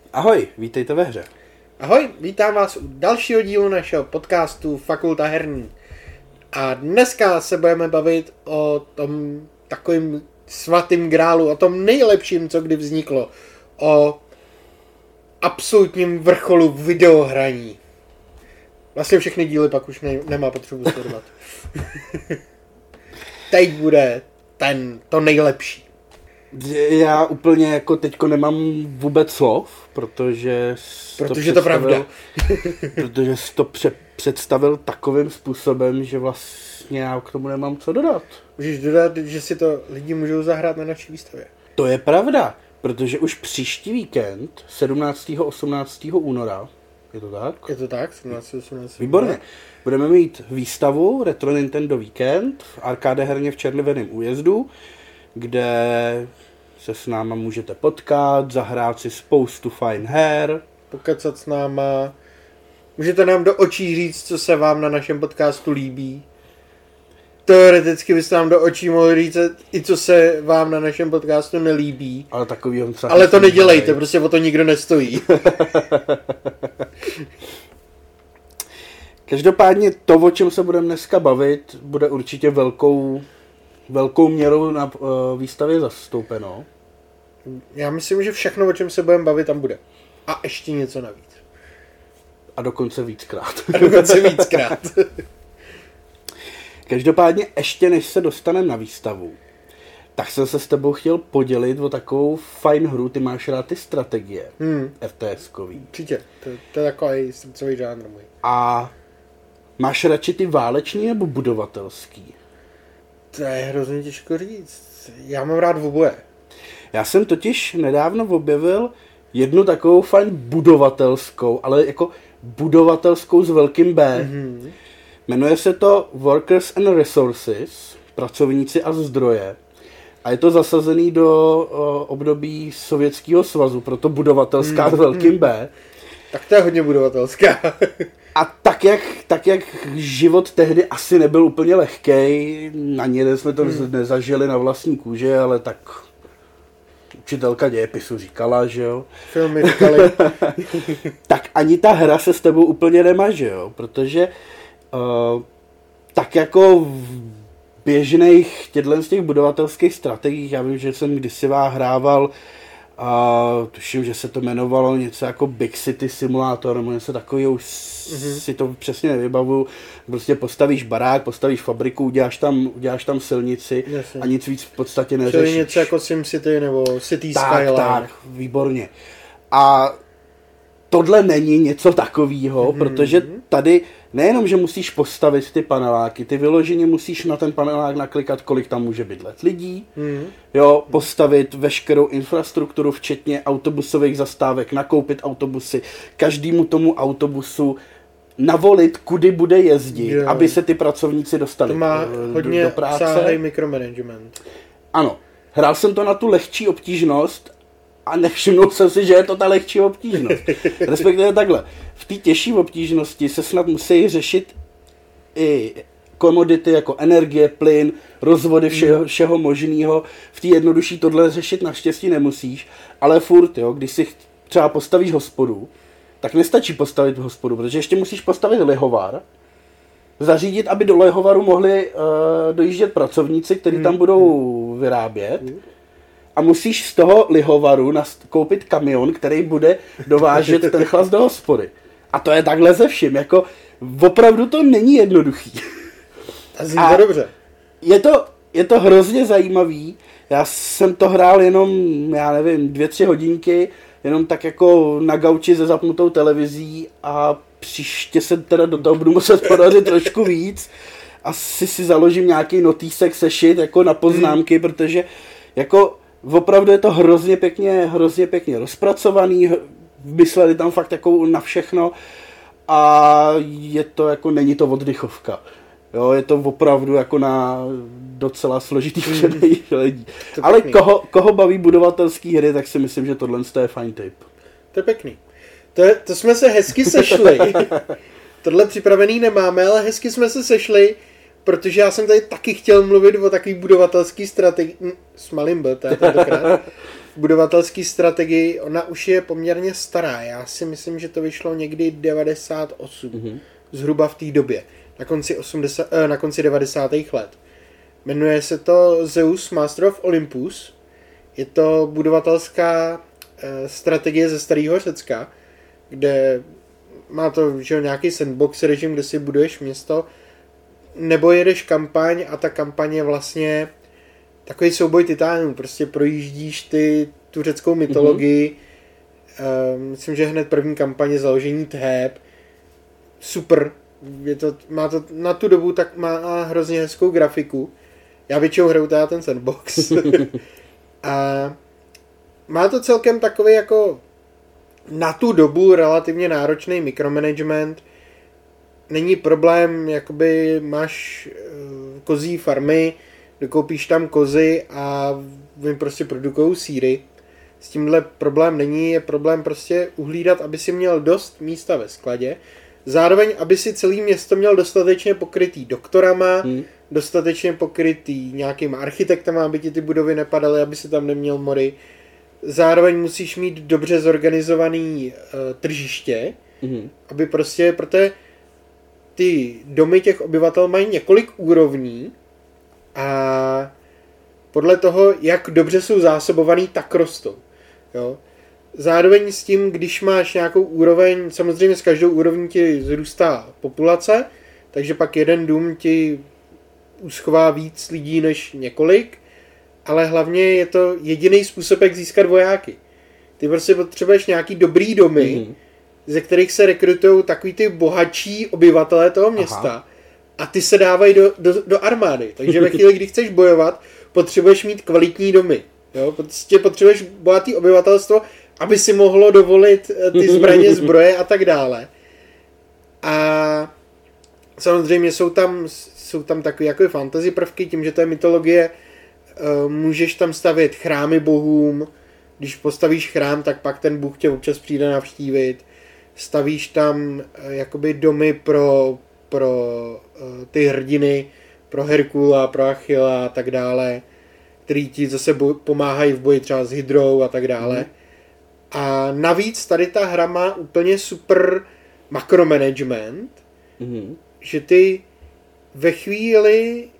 Ahoj, vítejte ve hře. Ahoj, vítám vás u dalšího dílu našeho podcastu Fakulta herní. A dneska se budeme bavit o tom takovým svatým grálu, o tom nejlepším, co kdy vzniklo. O absolutním vrcholu videohraní. Vlastně všechny díly pak už nemá potřebu sledovat. Teď bude to nejlepší. Já úplně jako teďko nemám vůbec slov, protože to pravda. protože jsi to představil takovým způsobem, že vlastně já k tomu nemám co dodat. Můžeš dodat, že si to lidi můžou zahrát na naší výstavě. To je pravda, protože už příští víkend, 17. 18. února, je to tak? Je to tak, 17. 18. Výborně. Budeme mít výstavu Retro Nintendo Weekend v arkáde herně v Červeném újezdu, kde se s náma můžete potkat, zahrát si spoustu fajn her. Pokecat s náma. Můžete nám do očí říct, co se vám na našem podcastu líbí. Teoreticky byste nám do očí mohli říct i co se vám na našem podcastu nelíbí. Ale to nedělejte, prostě o to nikdo nestojí. Každopádně to, o čem se budeme dneska bavit, bude určitě velkou měrou na výstavě zastoupeno. Já myslím, že všechno, o čem se budeme bavit, tam bude. A ještě něco navíc. A dokonce víckrát. Každopádně ještě než se dostaneme na výstavu, tak jsem se s tebou chtěl podělit o takovou fajn hru. Ty máš rád ty strategie RTS-kový. Určitě, to je takový srdcový žánr můj. A máš radši ty váleční nebo budovatelský? To je hrozně těžko říct. Já mám rád oboje. Já jsem totiž nedávno objevil jednu takovou fajn budovatelskou, ale jako budovatelskou s velkým B. Mm-hmm. Jmenuje se to Workers and Resources, pracovníci a zdroje. A je to zasazený do období Sovětského svazu, proto budovatelská s velkým B. Tak to je hodně budovatelská. A tak jak život tehdy asi nebyl úplně lehkej, ani jsme to nezažili na vlastní kůži, ale tak učitelka dějepisu říkala, že jo. Filmy říkali. Tak ani ta hra se s tebou úplně nemaže, jo, protože tak jako v běžných z těch budovatelských strategiích, já vím, že jsem kdysi hrával a tuším, že se to jmenovalo něco jako Big City Simulator, nebo něco takového, už si to přesně nevybavuju. Prostě postavíš barák, postavíš fabriku, uděláš tam silnici. Jasně. A nic víc v podstatě neřešíš. Čili něco jako SimCity nebo City Skyline. Tak, výborně. A tohle není něco takového, protože tady nejenom, že musíš postavit ty paneláky, ty vyloženě musíš na ten panelák naklikat, kolik tam může bydlet lidí, jo, postavit veškerou infrastrukturu, včetně autobusových zastávek, nakoupit autobusy, každému tomu autobusu navolit, kudy bude jezdit, jo, aby se ty pracovníci dostali to má hodně do práce. sáhlej micromanagement. Ano, hrál jsem to na tu lehčí obtížnost, a nevšimnul jsem si, že je to ta lehčí obtížnost. Respektive takhle. V té těžší obtížnosti se snad musí řešit i komodity jako energie, plyn, rozvody všeho možného. V té jednodušší tohle řešit naštěstí nemusíš. Ale furt, jo, když si třeba postavíš hospodu, tak nestačí postavit hospodu, protože ještě musíš postavit lihovar, zařídit, aby do lihovaru mohli dojíždět pracovníci, kteří tam budou vyrábět. A musíš z toho lihovaru koupit kamion, který bude dovážet ten chlast do hospody. A to je takhle ze vším. Jako opravdu to není jednoduchý. A dobře. Je to hrozně zajímavý. Já jsem to hrál jenom, 2-3 hodinky, jenom tak jako na gauči se zapnutou televizí a příště se teda do toho budu muset podařit trošku víc. Asi si založím nějaký notýsek sešit jako na poznámky, protože jako opravdu je to hrozně pěkně rozpracovaný, mysleli tam fakt jako na všechno a je to jako, není to oddychovka. Jo, je to opravdu jako na docela složitý přemýšlení. Ale koho baví budovatelský hry, tak si myslím, že tohle je fajn tip. To je pěkný. To jsme se hezky sešli. Tohle připravený nemáme, ale hezky jsme se sešli, protože já jsem tady taky chtěl mluvit o takový budovatelský strategii s malým B, tentokrát. budovatelské strategii, ona už je poměrně stará. Já si myslím, že to vyšlo někdy 98, zhruba v té době, na konci 90. let. Jmenuje se to Zeus Master of Olympus. Je to budovatelská strategie ze starého Řecka, kde má to že nějaký sandbox režim, kde si buduješ město, nebo jedeš kampaň a ta kampaň je vlastně takový souboj titánů. Prostě projíždíš tu řeckou mytologii. Myslím, že hned první kampaně založení Theb. Super. Má to na tu dobu tak má hrozně hezkou grafiku. Já většinou hraju teda ten sandbox. A má to celkem takový jako na tu dobu relativně náročný mikromanagement. Není problém, jakoby máš kozí farmy, dokoupíš tam kozy a vy prostě produkují sýry. S tímhle problém není, je problém prostě uhlídat, aby si měl dost místa ve skladě. Zároveň, aby si celý město měl dostatečně pokrytý doktorama, dostatečně pokrytý nějakýma architektama, aby ti ty budovy nepadaly, aby si tam neměl mory. Zároveň musíš mít dobře zorganizovaný tržiště, aby prostě, protože ty domy těch obyvatel mají několik úrovní a podle toho, jak dobře jsou zásobovaný, tak rostou. Jo? Zároveň s tím, když máš nějakou úroveň, samozřejmě s každou úrovní ti zrůstá populace, takže pak jeden dům ti uschová víc lidí než několik, ale hlavně je to jediný způsob, jak získat vojáky. Ty prostě potřebuješ nějaký dobrý domy, ze kterých se rekrutují takový ty bohatší obyvatelé toho města a ty se dávají do armády. Takže ve chvíli, kdy chceš bojovat, potřebuješ mít kvalitní domy. Jo? Prostě potřebuješ bohatý obyvatelstvo, aby si mohlo dovolit ty zbraně, zbroje a tak dále. A samozřejmě jsou tam takové jako fantasy prvky, tím, že to je mytologie, můžeš tam stavět chrámy bohům, když postavíš chrám, tak pak ten bůh tě občas přijde navštívit. Stavíš tam jakoby domy pro ty hrdiny, pro Herkula, pro Achilla a tak dále, který ti zase pomáhají v boji třeba s Hydrou a tak dále. A navíc tady ta hra má úplně super makromanagement, že ty ve chvíli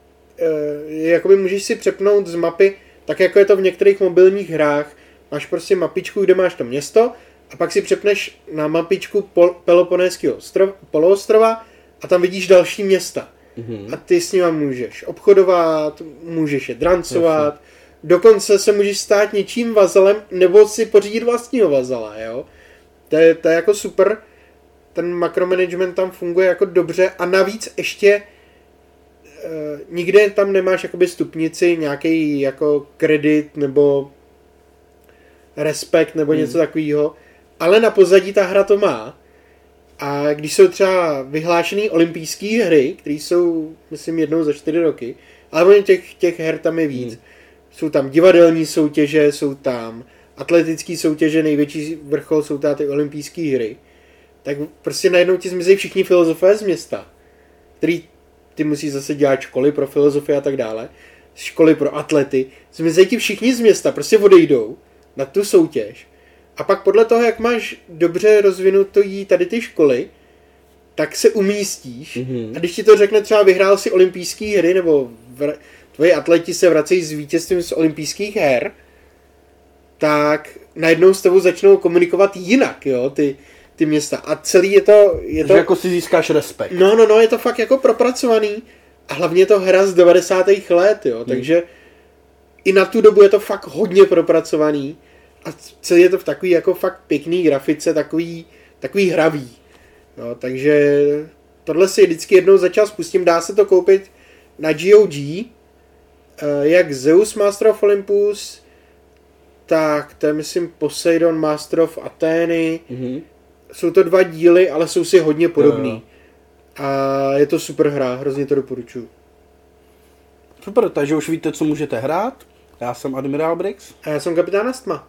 jakoby můžeš si přepnout z mapy, tak jako je to v některých mobilních hrách, máš prostě mapičku, kde máš to město a pak si přepneš na mapičku Peloponéského poloostrova a tam vidíš další města. A ty s nima můžeš obchodovat, můžeš je drancovat, dokonce se můžeš stát něčím vazalem nebo si pořídit vlastního vazala, jo. To je jako super, ten makromanagement tam funguje jako dobře a navíc ještě nikde tam nemáš jakoby stupnici, nějaký jako kredit nebo respekt nebo něco takového, ale na pozadí ta hra to má. A když jsou třeba vyhlášené olympijské hry, které jsou, myslím, jednou za 4 roky, ale těch her tam je víc. Jsou tam divadelní soutěže, jsou tam atletické soutěže, největší vrchol jsou tady ty olympijské hry. Tak prostě najednou ti zmizejí všichni filozofové z města, který ty musí zase dělat školy pro filozofii a tak dále, školy pro atlety. Zmizejí ti všichni z města, prostě odejdou na tu soutěž. A pak podle toho, jak máš dobře rozvinutý tady ty školy, tak se umístíš. A když ti to řekne třeba vyhrál si olympijské hry, nebo tvoji atleti se vracejí s vítězstvím z olympijských her, tak najednou s tebou začnou komunikovat jinak, jo, ty města. A celý je to... Že jako si získáš respekt. No, je to fakt jako propracovaný. A hlavně je to hra z 90. let, jo, takže i na tu dobu je to fakt hodně propracovaný. A celý je to v takový jako fakt pěkný grafice, takový hravý. No, takže tohle si vždycky jednou za čas pustím, dá se to koupit na GOG, jak Zeus Master of Olympus, tak to je myslím Poseidon Master of Atheny. Jsou to 2 díly, ale jsou si hodně podobný. A je to super hra, hrozně to doporučuji. Super, takže už víte, co můžete hrát. Já jsem Admiral Briggs. A já jsem kapitán Astma.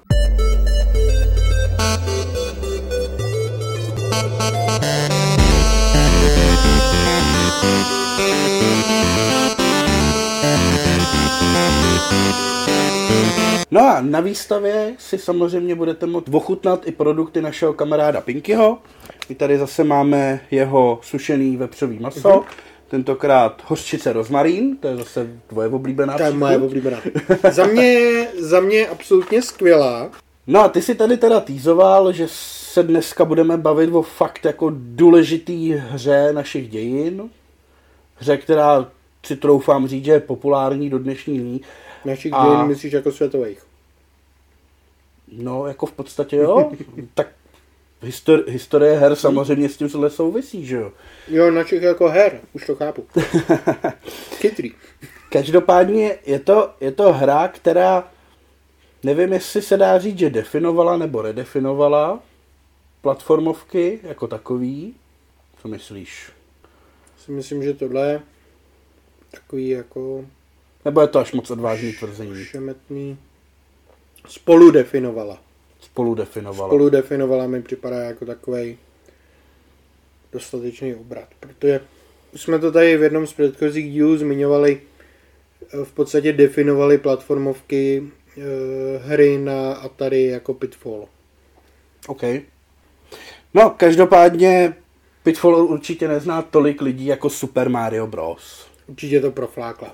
No a na výstavě si samozřejmě budete moct ochutnat i produkty našeho kamaráda Pinkyho. My tady zase máme jeho sušený vepřový maso, tentokrát hořčice rozmarín, to je zase tvoje oblíbená. To je moje oblíbená. Za mě absolutně skvělá. No a ty si tady teda týzoval, že se dneska budeme bavit o fakt jako důležitý hře našich dějin. Hře, která si troufám říct, že je populární do dnešní dní. Našich dějin myslíš jako světových? No, jako v podstatě jo. Tak historie her samozřejmě s tím souvisí, že jo? Jo, našich jako her, už to chápu. Chytrý. Každopádně je to hra, která nevím, jestli se dá říct, že definovala nebo redefinovala platformovky jako takový. Co myslíš? Myslím, že tohle je takový jako... Nebo je to až moc odvážný tvrzení? Šemetný. Spoludefinovala. Spoludefinovala mi připadá jako takovej dostatečný obrat. Protože už jsme to tady v jednom z předchozích dílů zmiňovali, v podstatě definovali platformovky hry na Atari jako Pitfall. OK. No, každopádně Pitfall určitě nezná tolik lidí jako Super Mario Bros. Určitě to proflákla.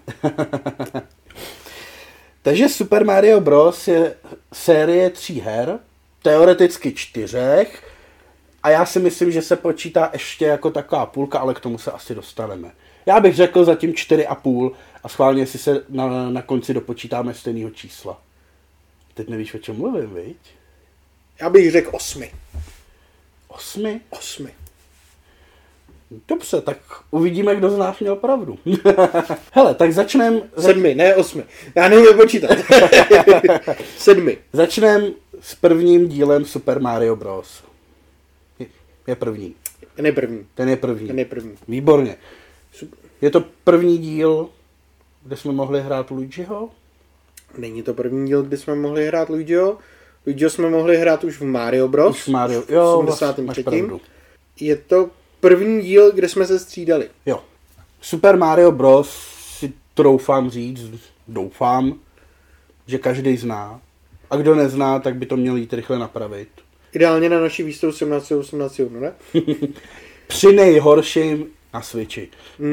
Takže Super Mario Bros. Je série 3 her, teoreticky 4, a já si myslím, že se počítá ještě jako taková půlka, ale k tomu se asi dostaneme. Já bych řekl zatím 4,5 a schválně, jestli se na konci dopočítáme stejného čísla. Teď nevíš, o čem mluvím, viď? Já bych řekl 8. 8? 8. Dobře, tak uvidíme, kdo z nás měl pravdu. Hele, tak začneme... 7, ne 8. Já neumím počítat. 7. Začneme s prvním dílem Super Mario Bros. Je první. Ten je první. Výborně. Je to první díl, kde jsme mohli hrát Luigiho? Není to první díl, kde jsme mohli hrát Luigiho. Luigiho jsme mohli hrát už v Mario Bros. Už v Mario, jo, 83. Je to první díl, kde jsme se střídali. Jo. Super Mario Bros. Si troufám říct, doufám, že každý zná. A kdo nezná, tak by to měl jít rychle napravit. Ideálně na naší výstavu 17. ne? Při nejhorším na Switchi.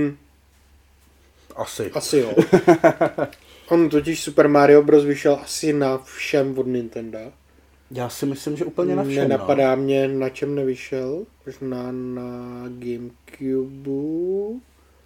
Asi jo. On totiž Super Mario Bros. Vyšel asi na všem od Nintendo. Já si myslím, že úplně na všem. Nenapadá mě, na čem nevyšel. Možná na Gamecube.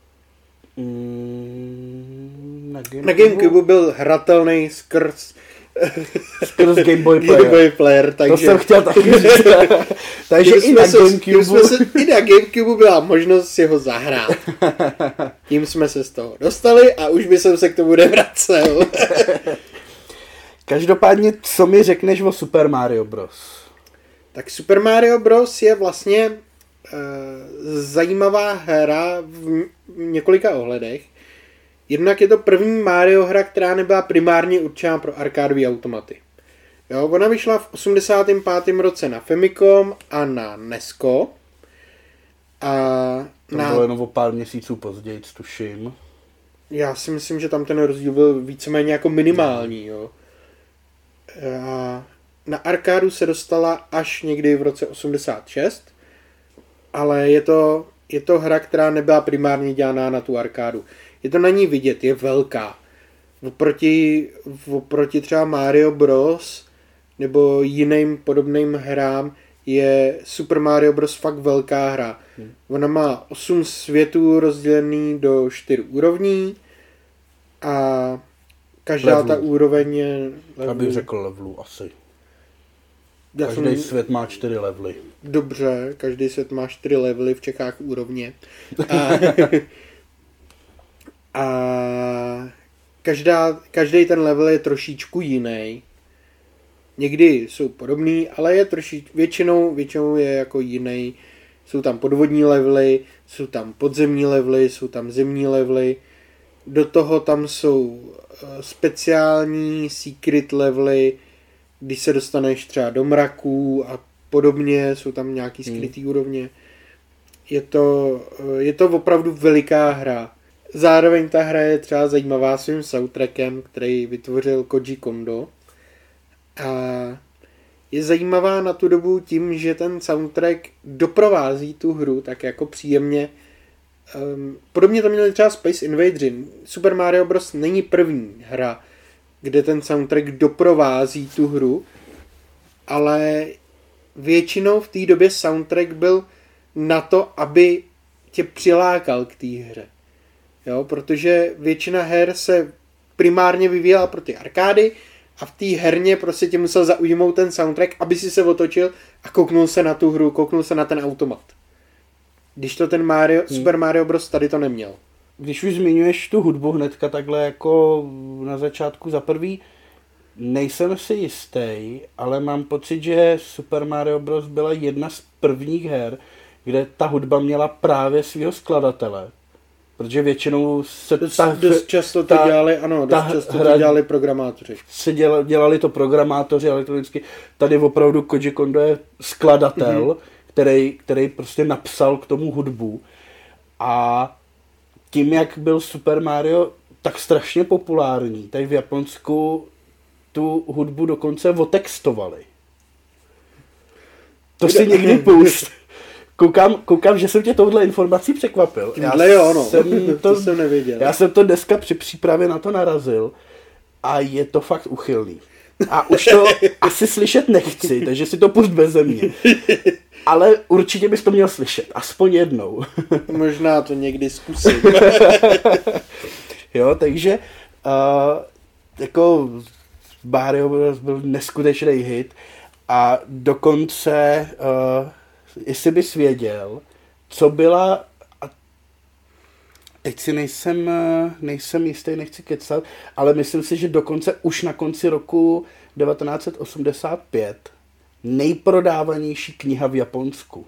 Na Gamecube byl hratelný skrz Game Boy Player. Takže... To jsem chtěl taky říct. Takže i na Gamecube. I na Gamecube byla možnost si ho zahrát. Tím jsme se z toho dostali a už by jsem se k tomu nevracel. Každopádně, co mi řekneš o Super Mario Bros? Tak Super Mario Bros. Je vlastně zajímavá hra v několika ohledech. Jednak je to první Mario hra, která nebyla primárně určená pro arkádové automaty. Jo, ona vyšla v 85. roce na Famicom a na Nesko. A to bylo jenom o pár měsíců později, tuším. Já si myslím, že tam ten rozdíl byl víceméně jako minimální. Jo. A na arkádu se dostala až někdy v roce 86, ale je to hra, která nebyla primárně dělaná na tu arkádu. Je to na ní vidět, je velká. Oproti třeba Mario Bros. Nebo jiným podobným hrám je Super Mario Bros. Fakt velká hra. Ona má 8 světů rozdělený do 4 úrovní a každá ta úroveň je... Já bych řekl levelu asi. Každý svět má 4 levely. Dobře, každý svět má 4 levely, v Čechách úrovně. A každý ten level je trošičku jiný. Někdy jsou podobný, ale je většinou je jako jiný. Jsou tam podvodní levely, jsou tam podzemní levely, jsou tam zemní levely. Do toho tam jsou speciální secret levely, když se dostaneš třeba do mraků a podobně, jsou tam nějaký skrytý úrovně. Je to opravdu veliká hra. Zároveň ta hra je třeba zajímavá svým soundtrackem, který vytvořil Koji Kondo. A je zajímavá na tu dobu tím, že ten soundtrack doprovází tu hru tak jako příjemně. Podobně to měli třeba Space Invaders. Super Mario Bros. Není první hra, kde ten soundtrack doprovází tu hru, ale většinou v té době soundtrack byl na to, aby tě přilákal k té hře. Jo, protože většina her se primárně vyvíjela pro ty arkády a v té herně prostě tě musel zaujmout ten soundtrack, aby si se otočil a kouknul se na tu hru, kouknul se na ten automat. Když to ten Super Mario Bros. Tady to neměl. Když už zmiňuješ tu hudbu hnedka takhle jako na začátku za prvý, nejsem si jistý, ale mám pocit, že Super Mario Bros. Byla jedna z prvních her, kde ta hudba měla právě svého skladatele. Protože většinou se dost často to dělali programátoři. Dělali to programátoři elektronicky. Tady opravdu Koji Kondo je skladatel, který prostě napsal k tomu hudbu. A tím, jak byl Super Mario tak strašně populární, tak v Japonsku tu hudbu dokonce otextovali. To si někdy pust. Koukám, že jsem tě touhle informací překvapil. To jsem nevěděl. Já jsem to dneska při přípravě na to narazil a je to fakt uchylný. A už to asi slyšet nechci, takže si to pust beze mě. Ale určitě bys to měl slyšet, aspoň jednou. Možná to někdy zkusím. Jo, takže jako Mario Bros. Byl neskutečný hit a dokonce jestli bys věděl, co byla, a teď si nejsem jistý, nechci kecat, ale myslím si, že dokonce už na konci roku 1985 nejprodávanější kniha v Japonsku.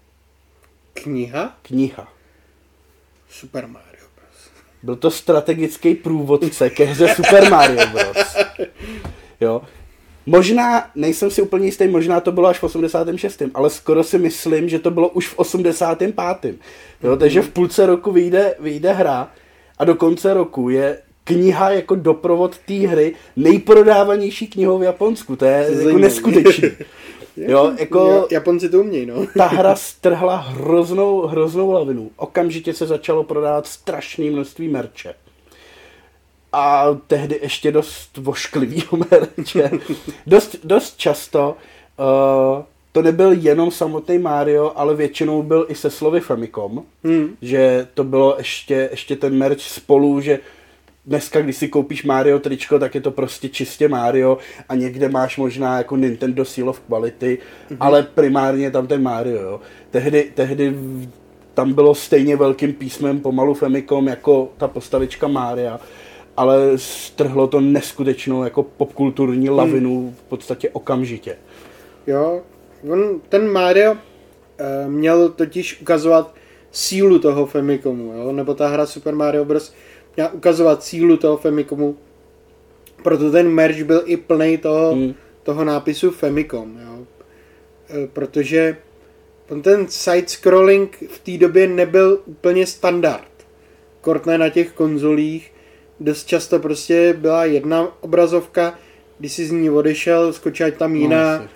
Kniha? Kniha. Super Mario Bros. Byl to strategický průvodce ke hře Super Mario Bros. Jo. Možná, nejsem si úplně jistý, možná to bylo až v 86. Ale skoro si myslím, že to bylo už v 85. Jo, takže v půlce roku vyjde hra a do konce roku je kniha jako doprovod té hry nejprodávanější knihou v Japonsku. To je jako neskutečný. Jo, jako Japonci to umějí, no. Ta hra strhla hroznou lavinu. Okamžitě se začalo prodávat strašné množství merče. A tehdy ještě dost vošklivýho merče. Dost často to nebyl jenom samotný Mario, ale většinou byl i se slovy Famicom. Že to bylo ještě ten merč spolu, že dneska, když si koupíš Mario tričko, tak je to prostě čistě Mario a někde máš možná jako Nintendo Seal of Quality, ale primárně tam ten Mario, jo. Tehdy tam bylo stejně velkým písmem pomalu Famicom jako ta postavička Maria, ale strhlo to neskutečnou jako popkulturní lavinu v podstatě okamžitě. Jo, ten Mario měl totiž ukazovat sílu toho Famicomu, jo? Nebo ta hra Super Mario Bros. Měla ukazovat sílu toho Famicomu, proto ten merch byl i plnej toho nápisu Famicom, jo? Protože ten side-scrolling v té době nebyl úplně standard. Kortné na těch konzolích, dost často prostě byla jedna obrazovka, když si z ní odešel, skočila tam jiná.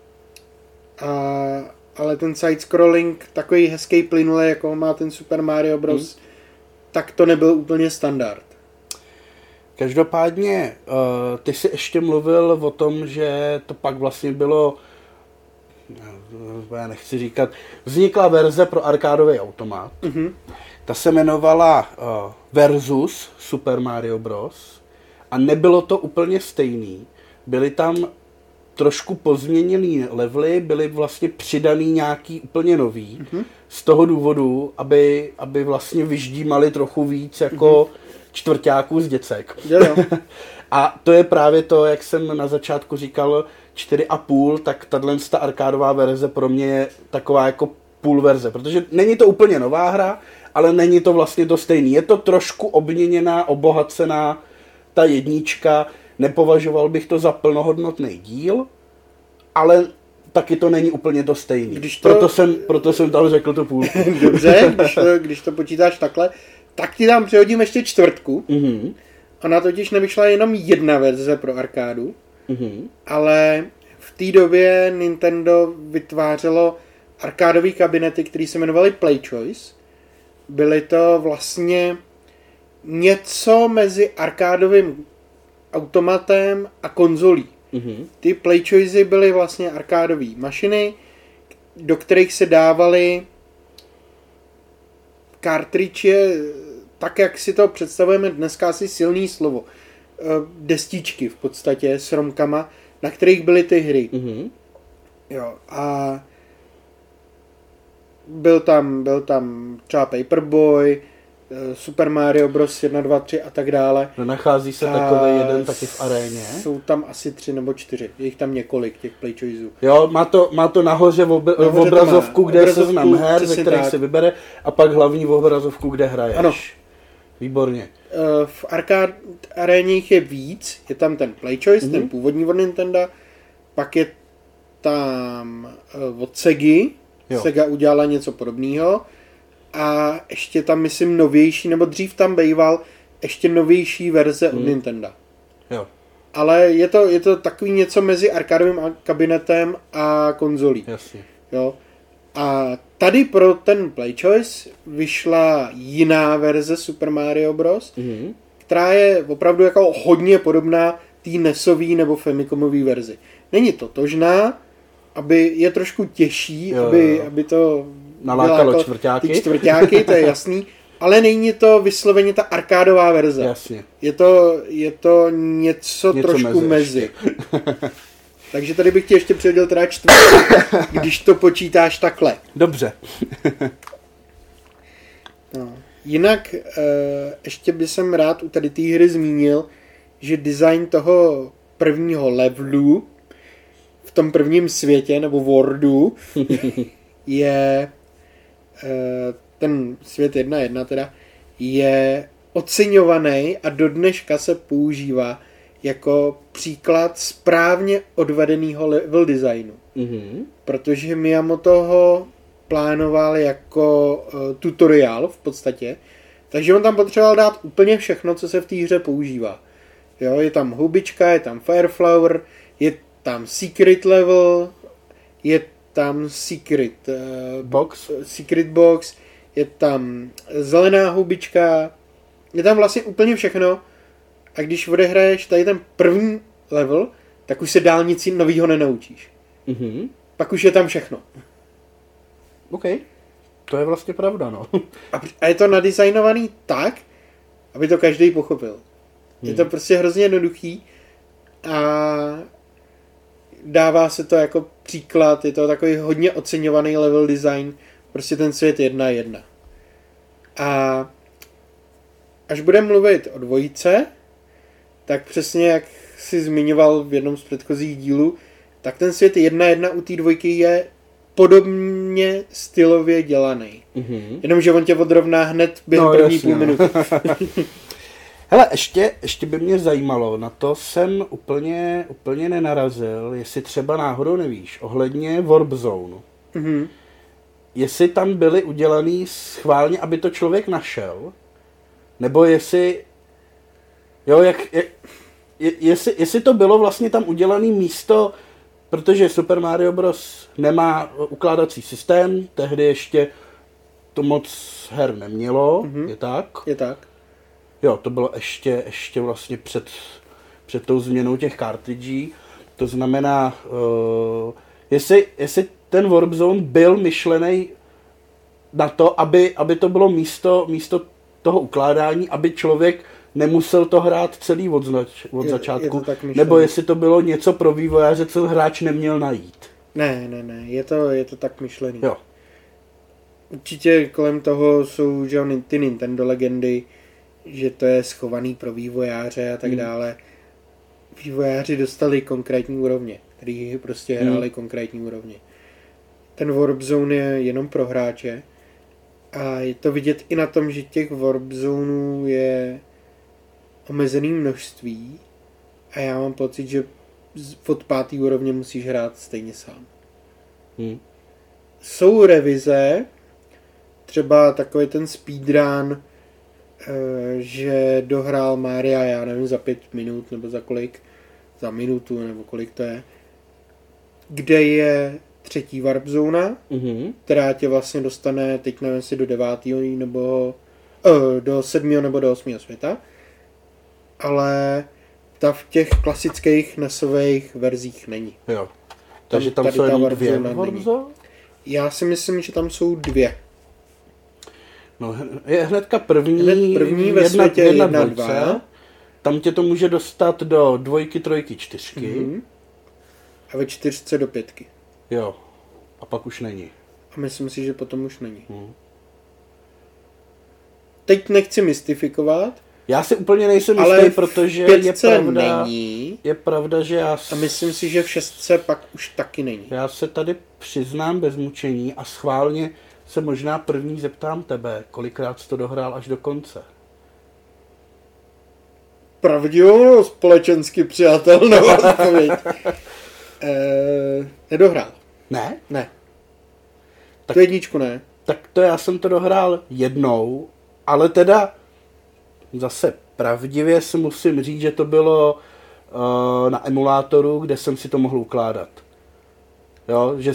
Ale ten side-scrolling, takový hezký plynulý, jako má ten Super Mario Bros., tak to nebyl úplně standard. Každopádně, ty jsi ještě mluvil o tom, že to pak vlastně bylo, já nechci říkat, vznikla verze pro arkádový automat. Ta se jmenovala Versus Super Mario Bros. A nebylo to úplně stejný. Byly tam trošku pozměněný levely, byly vlastně přidaný nějaký úplně nový. Z toho důvodu, aby vlastně vyždímali trochu víc jako čtvrťáků z děcek. A to je právě to, jak jsem na začátku říkal, 4,5, tak tato arkádová verze pro mě je taková jako půl verze, protože není to úplně nová hra, ale není to vlastně to stejný. Je to trošku obměněná, obohacená ta jednička, nepovažoval bych to za plnohodnotný díl, ale taky to není úplně to stejný. Proto jsem tam řekl tu půlku. Dobře, když to počítáš takhle, tak ti tam přehodím ještě čtvrtku. Ona totiž nevyšla jenom jedna verze pro arkádu, ale v té době Nintendo vytvářelo arkádové kabinety, které se jmenovaly PlayChoice. Byly to vlastně něco mezi arkádovým automatem a konzolí. Ty PlayChoice byly vlastně arkádové mašiny, do kterých se dávaly kartridže, tak jak si to představujeme dneska, asi silný slovo. Destičky v podstatě s romkama, na kterých byly ty hry. Jo, a byl tam třeba Paperboy, Super Mario Bros. 1, 2, 3 a tak dále. No, nachází se takový jeden taky v aréně. Jsou tam asi 3 nebo 4. Je jich tam několik, těch PlayChoiceů. Jo, má to nahoře obrazovku, kde je seznam her, ze kterých se vybere, a pak hlavní obrazovku, kde hraješ. Ano. Výborně. V arcade aréně jich je víc. Je tam ten PlayChoice, ten původní od Nintendo. Pak je tam od Segy. Jo. Sega udělala něco podobného. A ještě tam, myslím, novější, nebo dřív tam býval ještě novější verze od Nintendo. Jo. Ale je to takový něco mezi arkádovým kabinetem a konzolí. Jasně. Jo. A tady pro ten PlayChoice vyšla jiná verze Super Mario Bros., která je opravdu jako hodně podobná té NESové nebo Famicomové verzi. Není totožná, aby je trošku těžší, aby to nalákalo jako čtvrťáky. Ty čtvrťáky, to je jasný, ale není to vysloveně ta arkádová verze. Jasně. Je to něco trošku mezi. Takže tady bych ti ještě předěl teda když to počítáš takhle. Dobře. No. Jinak ještě bych jsem rád u tady té hry zmínil, že design toho prvního levelu v tom prvním světě, nebo worldu, je ten svět 1.1 teda, je oceňovaný a do dneška se používá jako příklad správně odvedeného level designu. Protože Miyamoto ho plánoval jako tutoriál v podstatě, takže on tam potřeboval dát úplně všechno, co se v té hře používá. Jo, je tam houbička, je tam Fireflower, je tam secret level, je tam secret box, je tam zelená houbička, je tam vlastně úplně všechno. A když odehraješ tady ten první level, tak už se dál nic novýho nenaučíš. Pak už je tam všechno. OK. To je vlastně pravda, no. A je to nadizajnovaný tak, aby to každý pochopil. Je to prostě hrozně jednoduchý a dává se to jako příklad, je to takový hodně oceňovaný level design, prostě ten svět 1.1. A až budeme mluvit o dvojice, tak přesně jak jsi zmiňoval v jednom z předchozích dílů, tak ten svět 1.1 u té dvojky je podobně stylově dělaný. Jenomže on tě odrovná hned během první půl minuty. Hele, ještě by mě zajímalo, na to jsem úplně nenarazil, jestli třeba náhodou nevíš, ohledně Warp Zone. Jestli tam byly udělaný schválně, aby to člověk našel, nebo jestli, jo, jestli to bylo vlastně tam udělaný místo, protože Super Mario Bros. Nemá ukládací systém, tehdy ještě to moc her nemělo, je tak? Je tak. Jo, to bylo ještě vlastně před tou změnou těch kartridží. To znamená, jestli ten Warp Zone byl myšlený na to, aby to bylo místo toho ukládání, aby člověk nemusel to hrát celý od začátku, nebo jestli to bylo něco pro vývojáře, co hráč neměl najít. Ne, je to tak myšlený. Jo. Určitě kolem toho jsou že ty Nintendo legendy, že to je schovaný pro vývojáře a tak dále. Vývojáři dostali konkrétní úrovně, který prostě hráli konkrétní úrovně. Ten Warp Zone je jenom pro hráče a je to vidět i na tom, že těch Warp Zonů je omezený množství a já mám pocit, že od 5. úrovně musíš hrát stejně sám. Jsou revize, třeba takový ten speedrun, že dohrál Mária, já nevím, za 5 minut nebo za kolik, za minutu, nebo kolik to je, kde je 3. warp zóna, která tě vlastně dostane, teď nevím si do 9. nebo do 7. nebo do 8. světa, ale ta v těch klasických NESových verzích není. Jo. Takže tam jsou jenom 2 warp zóny? Já si myslím, že tam jsou 2. No, je hnedka první ve světě 1, 2. Tam tě to může dostat do 2, 3, 4. A ve 4 do 5. Jo. A pak už není. A myslím si, že potom už není. Teď nechci mystifikovat. Já si úplně nejsem jistý, protože je pravda, že já... A myslím si, že v 6 pak už taky není. Já se tady přiznám bez mučení a schválně se možná první zeptám tebe, kolikrát jsi to dohrál až do konce. Pravdivou společensky přijatelnou odpověď. Nedohrál. Ne? Ne. Tak, tu 1 ne. Tak to já jsem to dohrál jednou, ale teda zase pravdivě si musím říct, že to bylo na emulátoru, kde jsem si to mohl ukládat. Jo, že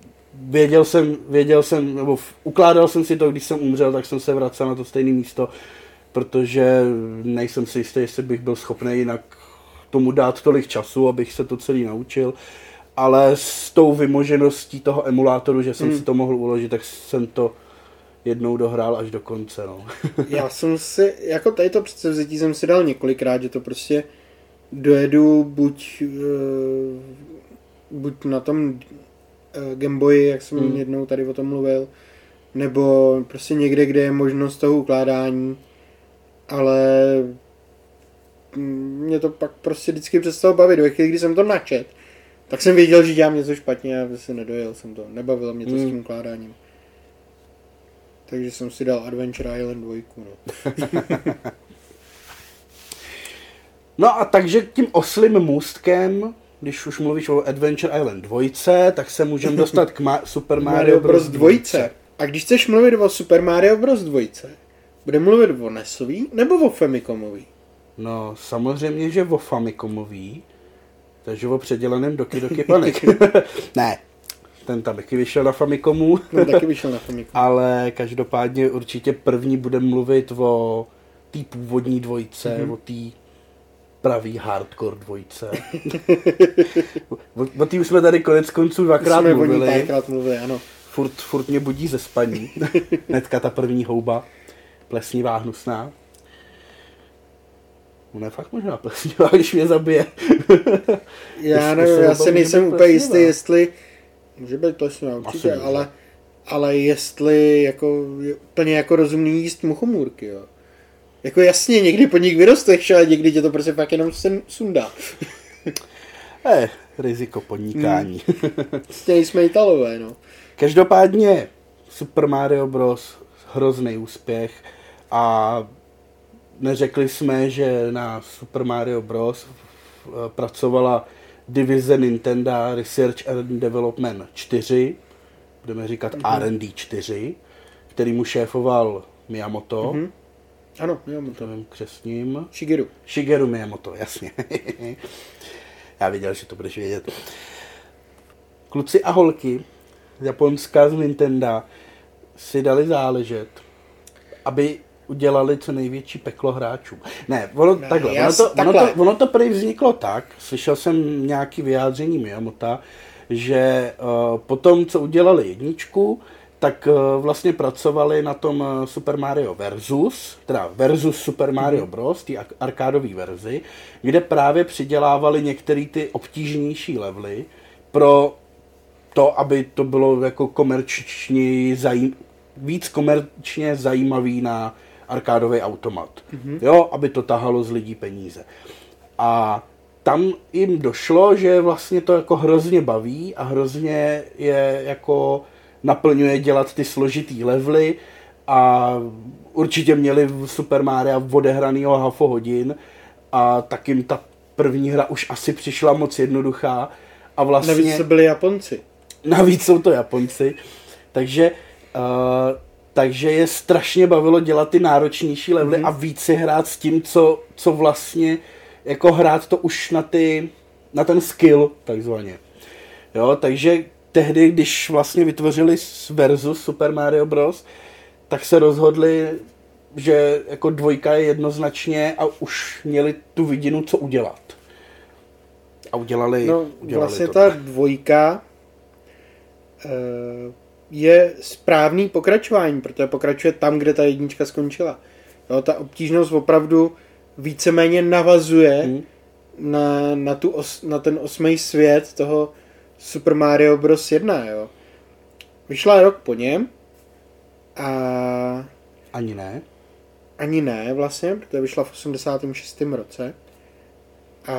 věděl jsem, nebo ukládal jsem si to, když jsem umřel, tak jsem se vracel na to stejné místo, protože nejsem si jistý, jestli bych byl schopný jinak tomu dát tolik času, abych se to celý naučil, ale s tou vymožeností toho emulátoru, že jsem si to mohl uložit, tak jsem to jednou dohrál až do konce. No. Já jsem si, jako tady to předsevzetí jsem si dal několikrát, že to prostě dojedu buď na tom Gameboyi, jak jsem jednou tady o tom mluvil, nebo prostě někde, kde je možnost toho ukládání, ale mě to pak prostě vždycky přestalo bavit. Ve chvíli, kdy jsem to načet, tak jsem věděl, že dělám něco špatně a se nedojel jsem to. Nebavilo mě to s tím ukládáním. Takže jsem si dal Adventure Island 2. No. No a takže tím oslým můstkem, když už mluvíš o Adventure Island 2, tak se můžeme dostat k Super Mario Bros. 2. A když chceš mluvit o Super Mario Bros. 2, bude mluvit o NESový nebo o Famicomový? No, samozřejmě, že o Famicomový, takže o předělaném Doki Doki Panic. Ne, ten tam taky vyšel na Famicomu. No, taky vyšel na Famicomu. Ale každopádně určitě první budeme mluvit o té původní 2, o té pravý hardcore 2. O té už jsme tady konec konců 2krát mluvili. Jsme párkrát mluvili, ano. Furt mě budí ze spaní. Hnedka ta první houba. Plesnivá, hnusná. Ona je fakt možná plesnivá, když mě zabije. Já nevím, já se nejsem úplně jistý, jestli může být plesnivá určitě, ale jestli jako, úplně jako rozumný jíst muchomůrky, jo. Jako jasně, někdy po nich vyrosteš, ale někdy tě to prostě fakt jenom sundá. Riziko podnikání. Stejně jsme Italové, no. Každopádně Super Mario Bros. Hrozný úspěch a neřekli jsme, že na Super Mario Bros. Pracovala divize Nintendo Research and Development 4, budeme říkat R&D 4, kterýmu šéfoval Miyamoto. Ano, Miyamoto. Nevím křestním. Shigeru Miyamoto, jasně. Já věděl, že to budeš vědět. Kluci a holky z Japonska, z Nintendo si dali záležet, aby udělali co největší peklo hráčů. Ono to prý vzniklo tak, slyšel jsem nějaké vyjádření Miyamota, že po tom, co udělali 1, tak vlastně pracovali na tom Super Mario versus Super Mario Bros., ty arkádové verzi, kde právě přidělávali některé ty obtížnější levely pro to, aby to bylo jako víc komerčně zajímavý na arkádový automat. Jo, aby to tahalo z lidí peníze. A tam jim došlo, že vlastně to jako hrozně baví a hrozně je jako naplňuje dělat ty složitý levely a určitě měli v Super Mario odehranýho hafo hodin a tak jim ta první hra už asi přišla moc jednoduchá a vlastně... Navíc to byli Japonci. Navíc jsou to Japonci, takže je strašně bavilo dělat ty náročnější levely a víc si hrát s tím, co vlastně jako hrát to už na ty na ten skill, takzvaně. Jo, takže tehdy, když vlastně vytvořili versus Super Mario Bros., tak se rozhodli, že jako 2 je jednoznačně a už měli tu vidinu, co udělat. A udělali vlastně to. Ta 2 je správný pokračování, protože pokračuje tam, kde ta 1 skončila. Jo, ta obtížnost opravdu víceméně navazuje na ten 8. svět toho Super Mario Bros. 1. Jo. Vyšla rok po něm a... Ani ne vlastně, protože vyšla v 86. roce. A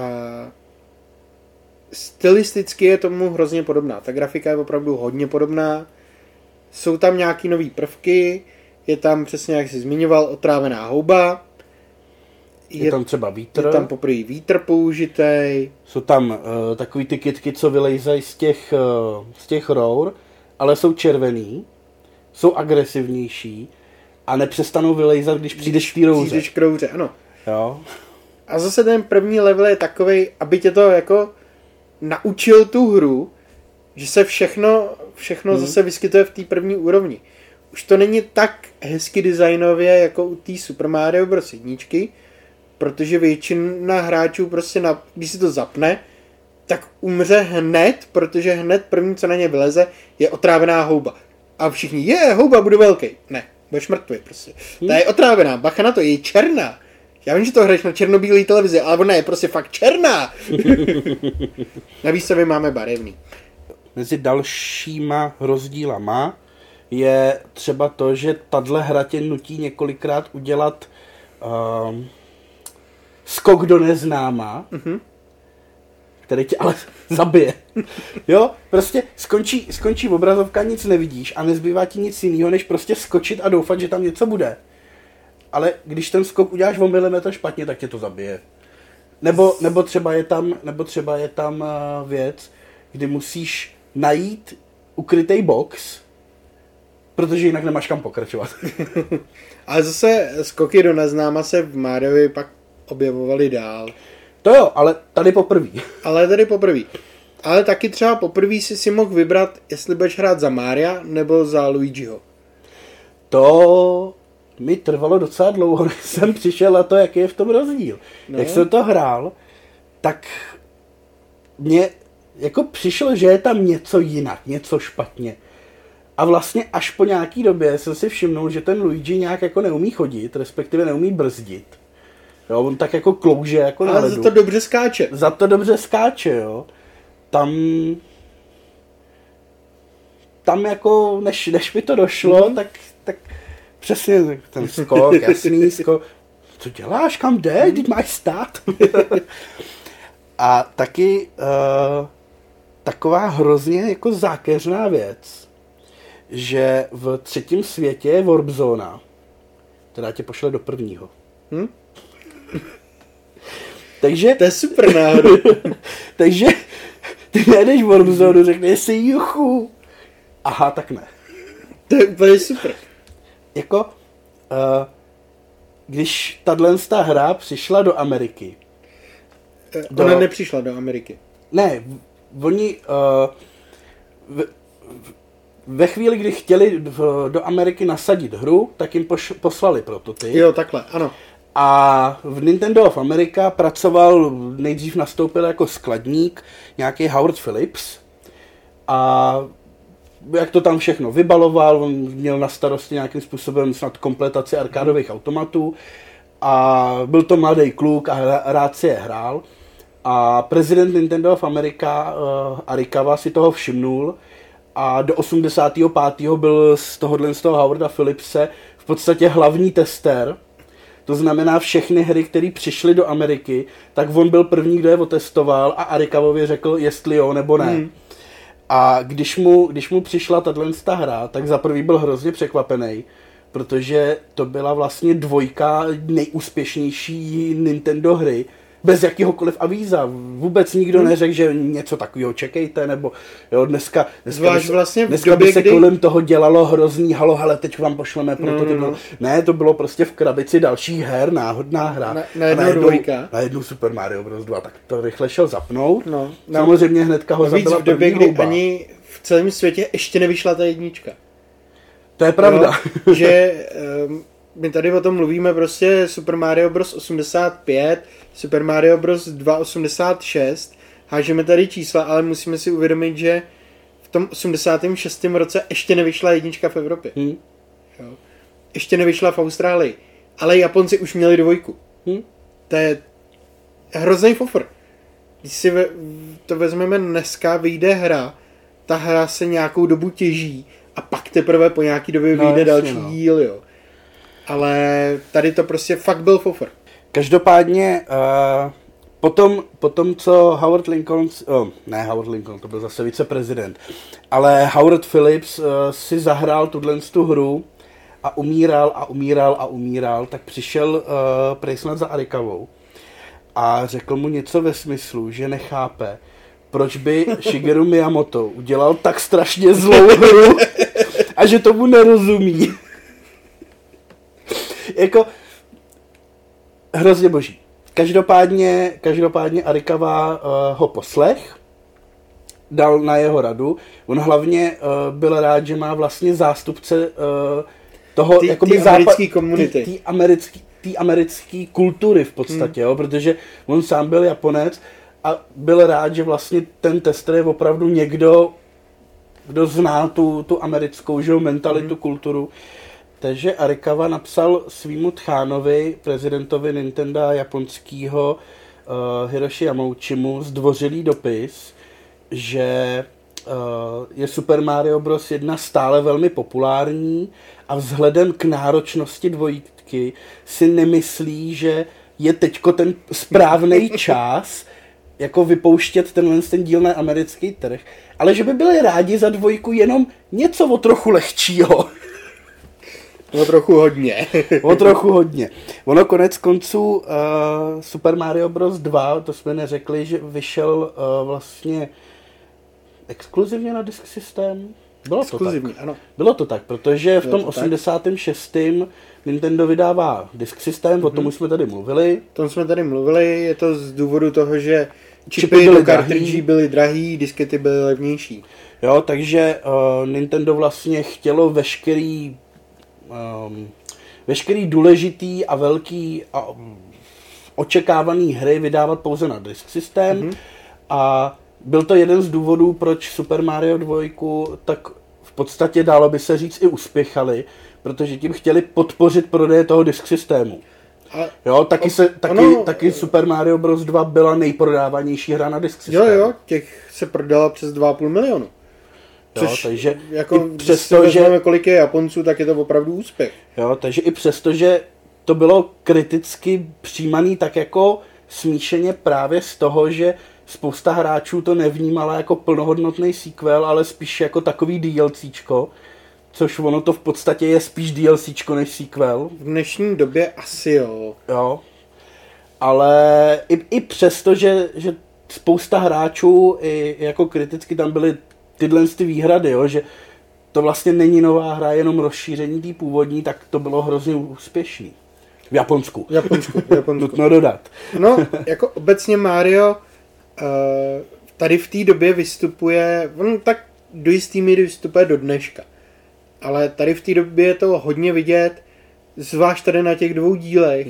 stylisticky je tomu hrozně podobná. Ta grafika je opravdu hodně podobná. Jsou tam nějaký nový prvky, je tam přesně, jak jsi zmiňoval, otrávená houba. Je tam třeba vítr. Je tam poprvé vítr použitej. Jsou tam takový ty kytky, co vylejzají z těch rour, ale jsou červený, jsou agresivnější a nepřestanou vylejzat, když přijdeš k té rouře. Přijdeš k rouře, ano. Jo. A zase ten první level je takovej, aby tě to jako naučil tu hru, že se všechno zase vyskytuje v té první úrovni. Už to není tak hezky designově jako u té Super Mario Bros. 1, protože většina hráčů prostě, když si to zapne, tak umře hned, protože hned první, co na ně vyleze, je otrávená houba. A všichni, houba, budu velký. Ne, budeš mrtvý prostě. Ta je otrávená, bacha na to, je černá. Já vím, že to hraješ na černobílé televizi, ale ona je prostě fakt černá. Na výstavě máme barevný. Mezi dalšíma rozdílama je třeba to, že tahle hra tě nutí několikrát udělat skok do neznáma, který tě ale zabije. Jo, prostě skončí obrazovka, nic nevidíš a nezbývá ti nic jiného, než prostě skočit a doufat, že tam něco bude. Ale když ten skok uděláš o milimetr špatně, tak tě to zabije. Nebo třeba je tam věc, kdy musíš najít ukrytý box, protože jinak nemáš kam pokračovat. Ale zase skoky do neznáma se v Mariovi pak objevovaly dál. To jo, ale tady poprvé. Ale taky třeba poprvé si mohl vybrat, jestli budeš hrát za Mária nebo za Luigiho. To mi trvalo docela dlouho, než jsem přišel na to, jaký je v tom rozdíl. No. Jak jsem to hrál, tak mně jako přišlo, že je tam něco jinak, něco špatně. A vlastně až po nějaký době jsem si všimnul, že ten Luigi nějak jako neumí chodit, respektive neumí brzdit. Jo, on tak jako klouže jako na ledu. Ale za to dobře skáče. Za to dobře skáče, jo. Tam jako, než mi to došlo, tak přesně ten skok, jasný skok. Co děláš, kam jde? Teď máš stát. A taky taková hrozně jako zákeřná věc, že v 3. světě je warp zóna, která tě pošle do 1. Takže... To je super náhoda. Takže ty nejdeš warp zónu, řekneš si juchu. Aha, tak ne. To je úplně super. Jako, když tato hra přišla do Ameriky. Ona nepřišla do Ameriky. Ne, oni ve chvíli, kdy chtěli do Ameriky nasadit hru, tak jim poslali prototyp. Jo, takhle, ano. A v Nintendo of America pracoval, nejdřív nastoupil jako skladník, nějaký Howard Phillips. A jak to tam všechno vybaloval, on měl na starosti nějakým způsobem snad kompletaci arkádových automatů. A byl to mladý kluk a rád si je hrál. A prezident Nintendo of America Arikawa si toho všimnul a do 85. byl z toho Howarda Phillipse v podstatě hlavní tester. To znamená všechny hry, které přišly do Ameriky, tak on byl první, kdo je otestoval a Arikawovi řekl, jestli jo nebo ne. A když mu přišla tato hra, tak za prvý byl hrozně překvapený, protože to byla vlastně 2 nejúspěšnější Nintendo hry bez jakýhokoliv avíza. Vůbec nikdo neřekl, že něco takového čekejte, nebo jo, dneska vlastně dneska by se kolem toho dělalo hrozný halo, hele, teď vám pošleme prototyp. Ne, to bylo prostě v krabici dalších her, náhodná hra. Na jednu Super Mario Bros. 2, tak to rychle šel zapnout. Samozřejmě hnedka ho zabila v době, kdy ani v celém světě ještě nevyšla ta jednička. To je pravda. Jo, že my tady o tom mluvíme prostě Super Mario Bros. 85, Super Mario Bros. 2 86, hážeme tady čísla, ale musíme si uvědomit, že v tom 86. roce ještě nevyšla jednička v Evropě. Jo. Ještě nevyšla v Austrálii, ale Japonci už měli 2. To je hrozný fofr. Když si to vezmeme dneska, vyjde hra, ta hra se nějakou dobu těží a pak teprve po nějaký době vyjde další díl, jo. Ale tady to prostě fakt byl fofr. Každopádně potom, co Howard Lincoln, Howard Lincoln, to byl zase viceprezident, ale Howard Phillips si zahrál tu hru a umíral, tak přišel Preisnat za Arikavou a řekl mu něco ve smyslu, že nechápe, proč by Shigeru Miyamoto udělal tak strašně zlou hru a že tomu nerozumí. Jako hrozně boží. Každopádně Arikawa ho poslech, dal na jeho radu. On hlavně byl rád, že má vlastně zástupce toho americké komunity. Té americké kultury v podstatě, jo, protože on sám byl Japonec a byl rád, že vlastně ten tester je opravdu někdo, kdo zná tu americkou mentalitu, kulturu. Takže Arikawa napsal svýmu tchánovi, prezidentovi Nintendo japonského Hiroshi Yamauchimu zdvořilý dopis, že je Super Mario Bros. 1 stále velmi populární a vzhledem k náročnosti dvojitky si nemyslí, že je teďko ten správný čas jako vypouštět ten díl na americký trh, ale že by byli rádi za 2 jenom něco o trochu lehčího. O trochu hodně. O trochu hodně. Ono konec konců Super Mario Bros. 2, to jsme neřekli, že vyšel vlastně exkluzivně na disk systém. Bylo to tak. Ano. Bylo to tak, protože v tom 86. Nintendo vydává disk systém, o tom už jsme tady mluvili. Je to z důvodu toho, že čipy do kartridží byly drahý, diskety byly levnější. Jo, takže Nintendo vlastně chtělo veškerý důležitý a velký a očekávaný hry vydávat pouze na disk systém a byl to jeden z důvodů, proč Super Mario 2 tak v podstatě dalo by se říct i uspěchali, protože tím chtěli podpořit prodeje toho disk systému. Jo, taky Super Mario Bros. 2 byla nejprodávanější hra na disk systému. Jo, těch se prodala přes 2,5 milionu. Což, takže jako přesto, že kolik je Japonců, tak je to opravdu úspěch. Jo, takže i přesto, že to bylo kriticky přijímaný tak jako smíšeně právě z toho, že spousta hráčů to nevnímala jako plnohodnotný sequel, ale spíš jako takový DLCčko, což ono to v podstatě je spíš DLCčko než sequel. V dnešní době asi jo. Jo, ale i přesto, že spousta hráčů i jako kriticky tam byly tyhle výhrady, jo, že to vlastně není nová hra, jenom rozšíření té původní, tak to bylo hrozně úspěšný. V Japonsku. Nutno dodat. No, jako obecně Mario tady v té době vystupuje, on tak do jistý míry vystupuje do dneška. Ale tady v té době je to hodně vidět, zvlášť tady na těch 2 dílech,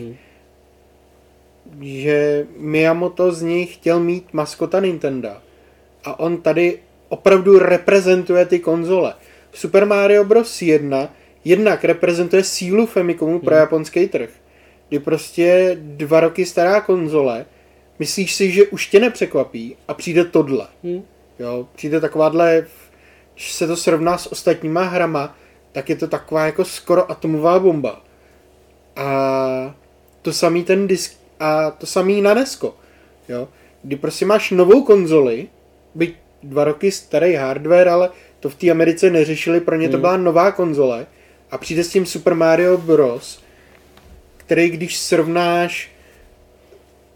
že Miyamoto z nich chtěl mít maskota Nintendo. A on tady opravdu reprezentuje ty konzole. Super Mario Bros. 1 jednak reprezentuje sílu Famicomu pro japonský trh. Kdy prostě 2 roky stará konzole, myslíš si, že už tě nepřekvapí a přijde tohle. Jo, přijde takováhle, když se to srovná s ostatníma hrama, tak je to taková jako skoro atomová bomba. A to samý ten disk a to samý na Nesko. Jo, kdy prostě máš novou konzoli, byť 2 roky starý hardware, ale to v té Americe neřešili, pro ně to byla nová konzole a přijde s tím Super Mario Bros., který když srovnáš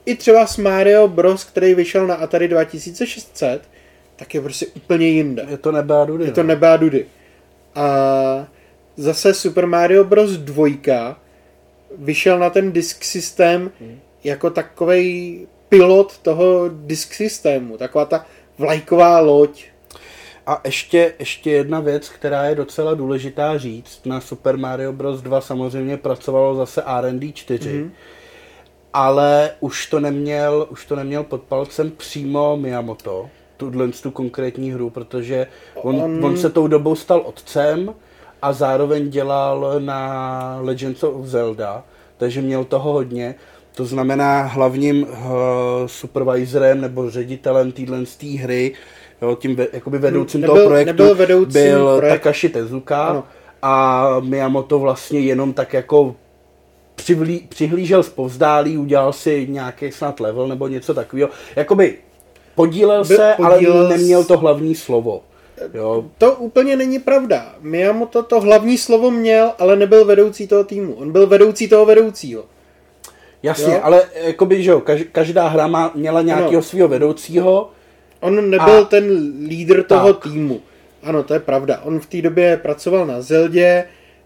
i třeba s Mario Bros, který vyšel na Atari 2600, tak je prostě úplně jinde. Je to nebe a dudy. Je to nebe a dudy. A zase Super Mario Bros 2 vyšel na ten disk systém jako takovej pilot toho disk systému. Taková ta vlajková loď. A ještě jedna věc, která je docela důležitá říct. Na Super Mario Bros. 2 samozřejmě pracovalo zase R&D 4, ale už to neměl pod palcem přímo Miyamoto, tu konkrétní hru, protože on se tou dobou stal otcem a zároveň dělal na Legends of Zelda, takže měl toho hodně. To znamená hlavním supervisorem nebo ředitelem téhle hry, jo, tím jakoby vedoucím toho projektu byl Takashi Tezuka. Ano. A Miyamoto vlastně jenom tak jako přihlížel zpovzdálí, udělal si nějaký snad level nebo něco takového. Jakoby podílel se, ale neměl to hlavní slovo. Jo. To úplně není pravda. Miyamoto to hlavní slovo měl, ale nebyl vedoucí toho týmu. On byl vedoucí toho vedoucího. Jasně, jo? Ale jakoby, že jo, každá hra měla nějakého svého vedoucího. On nebyl ten lídr toho týmu. Ano, to je pravda. On v té době pracoval na Zeldě,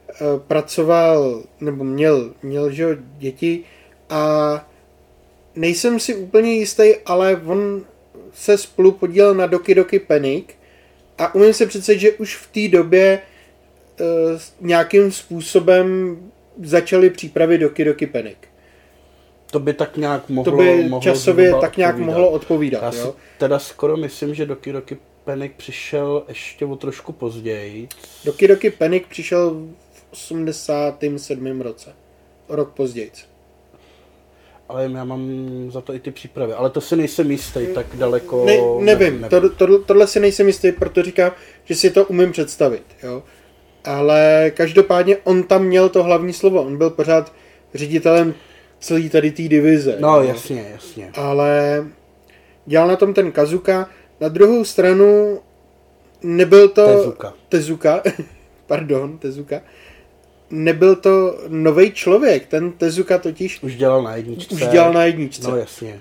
měl že jo, děti a nejsem si úplně jistý, ale on se spolu podílel na Doki Doki Panic a umím si představit, že už v té době nějakým způsobem začaly přípravy Doki Doki Panic. To by tak nějak mohlo časově tak nějak mohlo odpovídat. Já si teda skoro myslím, že Doki Doki Panic přišel ještě o trošku později. Doki Doki Panic přišel v 87. roce. O rok později. Ale já mám za to i ty přípravy. Ale to si nejsem jistý, tak daleko... Nevím. Tohle si nejsem jistý, proto říkám, že si to umím představit. Jo? Ale každopádně on tam měl to hlavní slovo. On byl pořád ředitelem celý tady té divize. No, jo? Jasně. Ale dělal na tom ten Kazuka. Na druhou stranu nebyl to... Tezuka. Pardon, Tezuka. Nebyl to novej člověk. Ten Tezuka totiž... Už dělal na jedničce. No, jasně.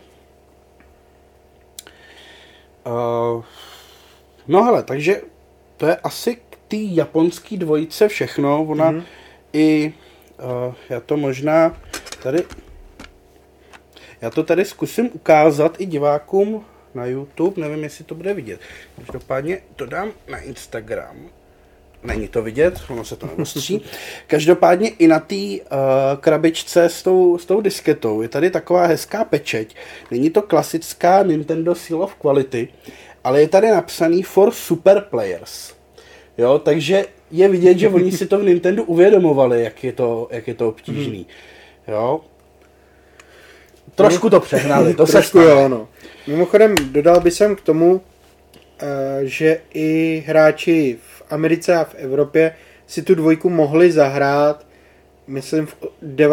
No hele, takže to je asi k té japonské dvojice všechno. Ona i... já to možná tady... Já to tady zkusím ukázat i divákům na YouTube, nevím, jestli to bude vidět. Každopádně to dám na Instagram. Není to vidět, ono se to neostří. Každopádně i na té krabičce s tou disketou je tady taková hezká pečeť. Není to klasická Nintendo Seal of Quality, ale je tady napsaný for super players. Jo, takže je vidět, že oni si to v Nintendo uvědomovali, jak je to obtížný. Jo. Trošku to přehnali, to se stane. No. Mimochodem dodal bych jsem k tomu, že i hráči v Americe a v Evropě si tu dvojku mohli zahrát, myslím v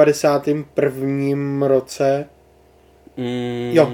91. roce. Jo,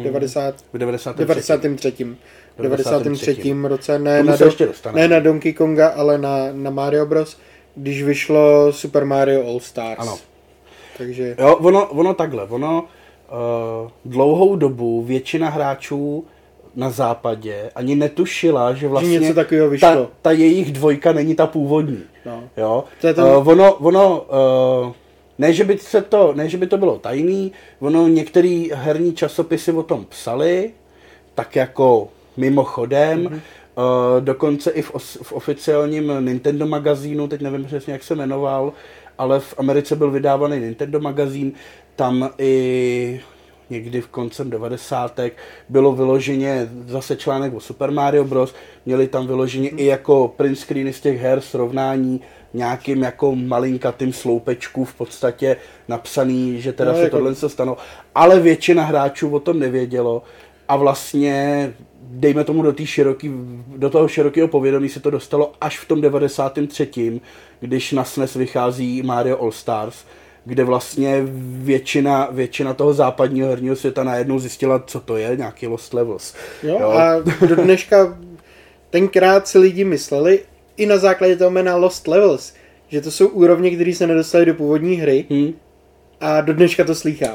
93. roce, ne na Donkey Konga, ale na Mario Bros, když vyšlo Super Mario All Stars. Ano. Takže... Jo, ono takhle, dlouhou dobu většina hráčů na západě ani netušila, že vlastně něco takového vyšlo. Ta jejich dvojka není ta původní. No. Jo? To je to... Ne, že by to bylo tajný, některý herní časopisy o tom psali, tak jako mimochodem, dokonce i v oficiálním Nintendo magazínu, teď nevím přesně, jak se jmenoval, ale v Americe byl vydávaný Nintendo magazín, tam i někdy v koncem 90. bylo vyloženě zase článek o Super Mario Bros. Měli tam vyloženě i jako print screeny z těch her srovnání nějakým jako malinkatým sloupečku v podstatě napsaný, že teda se tohle se stalo. Ale většina hráčů o tom nevědělo a vlastně dejme tomu do toho širokého povědomí se to dostalo až v tom 93., když na SNES vychází Mario All Stars, kde vlastně většina toho západního herního světa najednou zjistila, co to je, nějaký Lost Levels. Jo? A do dneška tenkrát si lidi mysleli, i na základě toho jména Lost Levels, že to jsou úrovně, které se nedostaly do původní hry a do dneška to slýchám.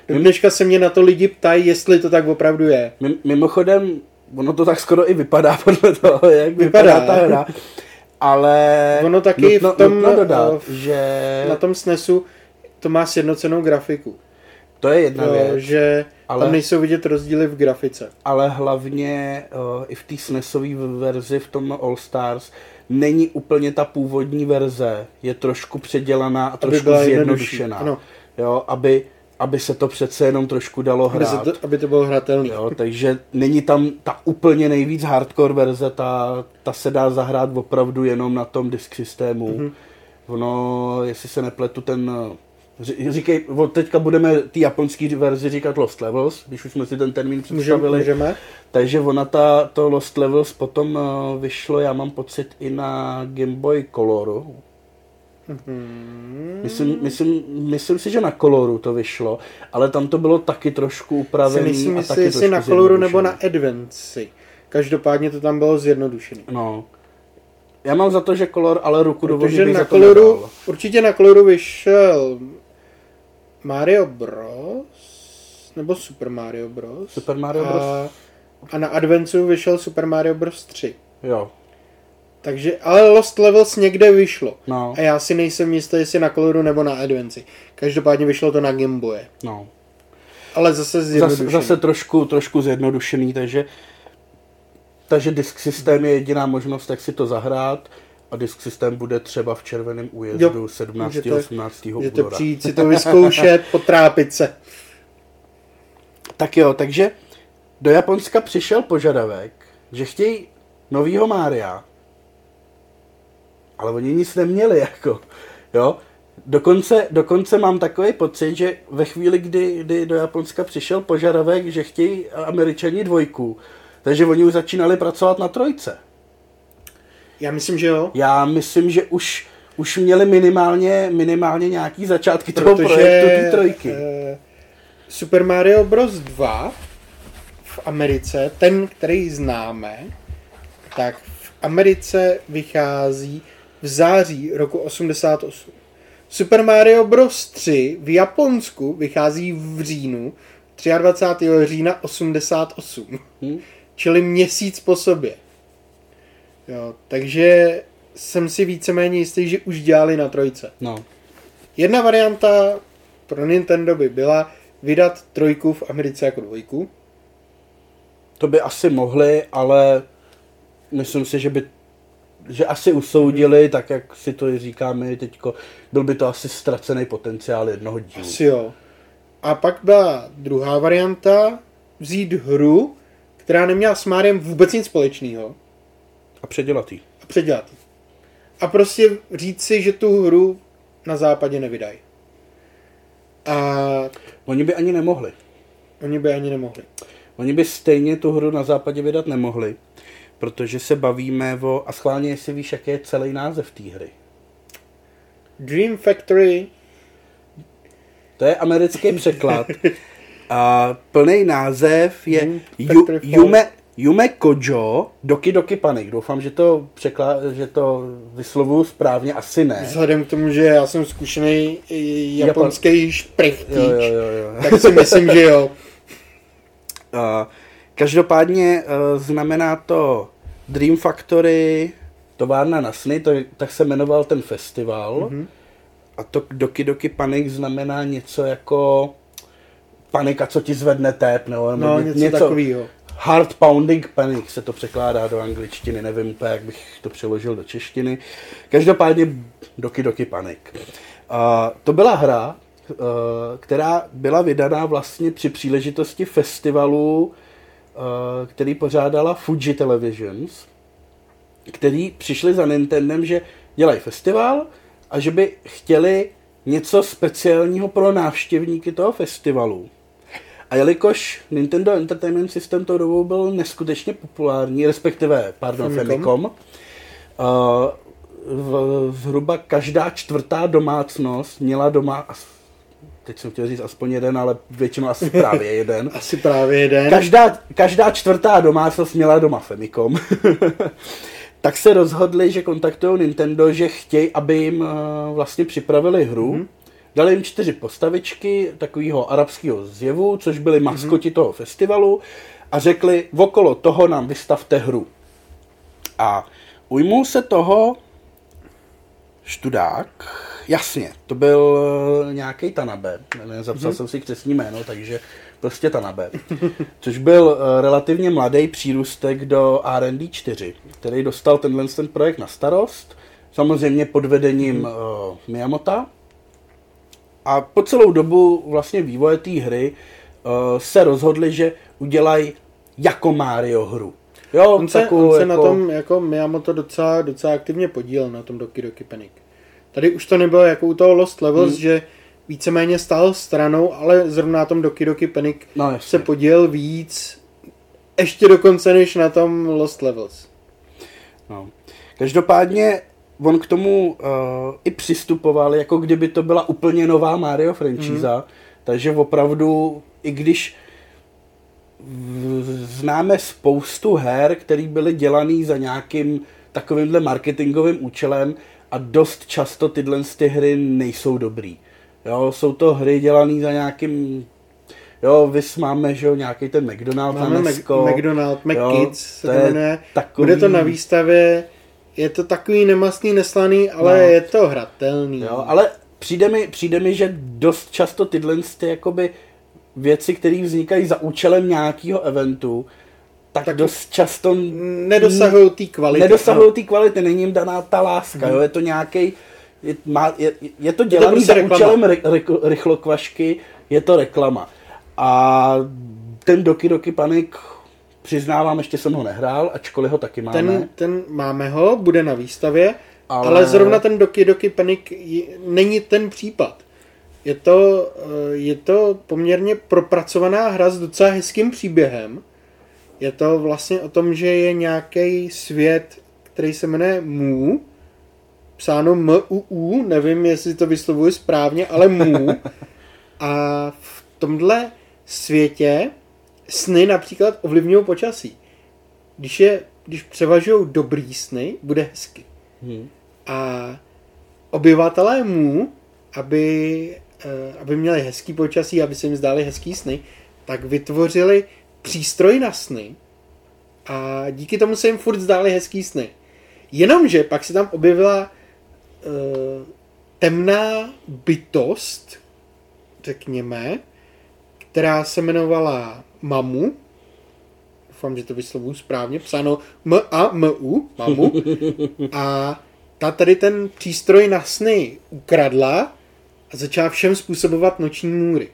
Do dneška se mě na to lidi ptají, jestli to tak opravdu je. Mimochodem, ono to tak skoro i vypadá podle toho, jak vypadá ta hra. Ale ono taky v tom, dodat, že na tom SNESu to má sjednocenou grafiku. To je jedna věc. Že tam nejsou vidět rozdíly v grafice. Ale hlavně i v té SNESové verzi, v tom All Stars, není úplně ta původní verze. Je trošku předělaná a trošku zjednodušená. Jo, aby se to přece jenom trošku dalo hrát. Aby to bylo hratelné. Takže není tam ta úplně nejvíc hardcore verze, ta se dá zahrát opravdu jenom na tom disk systému. Mm-hmm. Ono, jestli se nepletu, říkej, teďka budeme ty japonský verzi říkat Lost Levels, když už jsme si ten termín představili. Můžeme. Takže ona to Lost Levels potom vyšlo, já mám pocit, i na Game Boy Coloru. Myslím si, že na Coloru to vyšlo, ale tam to bylo taky trošku upravený. Myslím si, jestli na Coloru nebo na Advance. Každopádně to tam bylo zjednodušené. No. Já mám za to, že Color, ale ruku do vody bych na za to Coloru, nedal. určitě na Coloru vyšel Mario Bros. Nebo Super Mario Bros. Super Mario Bros. A na Advanceu vyšel Super Mario Bros. 3. Jo. Takže, ale Lost Levels někde vyšlo. No. A já si nejsem jistý, jestli na Coloru nebo na Advance. Každopádně vyšlo to na Game Boye. No. Ale zase zjednodušený. Zase trošku zjednodušený, takže disk systém je jediná možnost, jak si to zahrát. A disk systém bude třeba v červeném újezdu 17. 18. února. Můžete přijít si to vyzkoušet, potrápit se. Tak jo, takže do Japonska přišel požadavek, že chtějí novýho Mária. Ale oni nic neměli, jako, jo. Dokonce mám takový pocit, že ve chvíli, kdy do Japonska přišel požadavek, že chtějí Američani 2, takže oni už začínali pracovat na 3. Já myslím, že jo. Já myslím, že už měli minimálně nějaký začátky toho projektu té 3. Super Mario Bros. 2 v Americe, ten, který známe, tak v Americe vychází v září roku 88. Super Mario Bros. 3 v Japonsku vychází v říjnu 23. října 88. Čili měsíc po sobě. Jo, takže jsem si víceméně jistý, že už dělali na 3. No. Jedna varianta pro Nintendo by byla vydat 3 v Americe jako 2. To by asi mohli, ale myslím si, že asi usoudili, tak jak si to říkáme teďko, byl by to asi ztracený potenciál jednoho dílu. Asi jo. A pak byla druhá varianta, vzít hru, která neměla s Mariem vůbec nic společného. A předělat ji. A prostě říct si, že tu hru na západě nevydají. A oni by ani nemohli. Oni by stejně tu hru na západě vydat nemohli, protože se bavíme a schválně, jestli víš, jaký je celý název té hry. Dream Factory. To je americký překlad. A plný název je Yume Kojo Doki Doki Panic. Doufám, že to vyslovuju správně, asi ne. Vzhledem k tomu, že já jsem zkušený japonský šprechtíč, jo. tak si myslím, že jo. Každopádně znamená to Dream Factory, továrna na sny, tak se jmenoval ten festival. Mm-hmm. A to Doki Doki Panic znamená něco jako panika, co ti zvedne tép, nebo něco takového. Heart Pounding Panic se to překládá do angličtiny, nevím úplně, jak bych to přeložil do češtiny. Každopádně Doki Doki Panic. To byla hra, která byla vydaná vlastně při příležitosti festivalu, který pořádala Fuji Televisions, který přišli za Nintendem, že dělají festival a že by chtěli něco speciálního pro návštěvníky toho festivalu. A jelikož Nintendo Entertainment System tou dobou byl neskutečně populární, respektive, Famicom, zhruba každá 4. domácnost měla doma, teď jsem chtěl říct aspoň jeden, ale většinou asi právě jeden. Asi právě jeden. Každá 4. domácnost měla doma Famicom. Tak se rozhodli, že kontaktují Nintendo, že chtějí, aby jim vlastně připravili hru. Dali jim 4 postavičky takového arabského zjevu, což byly maskoti toho festivalu a řekli, okolo toho nám vystavte hru. A ujmul se toho Študák, jasně, to byl nějaký Tanabe, nezapsal jsem si křestní jméno, takže prostě Tanabe, což byl relativně mladý přírůstek do R&D 4, který dostal ten projekt na starost, samozřejmě pod vedením Miyamota. A po celou dobu vlastně vývoje té hry se rozhodli, že udělají jako Mario hru. Jo, on se na tom jako Miyamoto docela aktivně podílel na tom Doki Doki Panic. Tady už to nebylo jako u toho Lost Levels, že víceméně stál stranou, ale zrovna na tom Doki Doki Panic se podílel víc, ještě dokonce než na tom Lost Levels. No. Každopádně on k tomu i přistupoval, jako kdyby to byla úplně nová Mario franchíza, takže opravdu, i když známe spoustu her, které byly dělané za nějakým takovýmhle marketingovým účelem a dost často tyhle hry nejsou dobrý. Jo, jsou to hry dělané za nějakým, jo, vys máme, že jo, nějaký ten McDonald, máme McDonald, McKids se to jmenuje. Bude to na výstavě, je to takový nemastný, neslaný, ale je to hratelný. Jo, ale přijde mi, že dost často tyhle jakoby věci, které vznikají za účelem nějakého eventu, tak dost často nedosahují té kvality. Není jim daná ta láska, jo? Je to nějaký, je to dělaný za účelem rychlokvašky, je to reklama. A ten Doki Doki Panic, přiznávám, ještě jsem ho nehrál, ačkoliv ho taky máme. Ten máme ho, bude na výstavě, ale zrovna ten Doki Doki Panic není ten případ. Je to poměrně propracovaná hra s docela hezkým příběhem. Je to vlastně o tom, že je nějaký svět, který se jmenuje Mu, psáno M-U-U, nevím, jestli to vyslovuji správně, ale Mu. A v tomhle světě sny například ovlivňují počasí. Když převažují dobrý sny, bude hezky. A obyvatelé Mu, aby měli hezký počasí, aby se jim zdály hezký sny, tak vytvořili přístroj na sny a díky tomu se jim furt zdály hezký sny. Jenomže pak se tam objevila temná bytost, řekněme, která se jmenovala Mamu. Doufám, že to vyslovuju správně. Psáno M-A-M-U, Mamu. A ta tady ten přístroj na sny ukradla a začala všem způsobovat noční můry.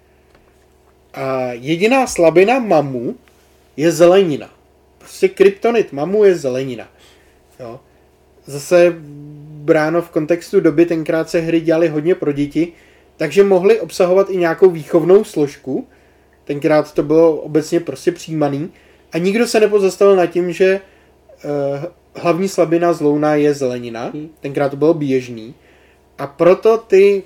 A jediná slabina Mamu je zelenina. Prostě kryptonit Mamu je zelenina. Jo. Zase bráno v kontextu doby, tenkrát se hry dělaly hodně pro děti, takže mohly obsahovat i nějakou výchovnou složku. Tenkrát to bylo obecně prostě přijímaný. A nikdo se nepozastavil nad tím, že hlavní slabina zlouna je zelenina. Tenkrát to bylo běžný. A proto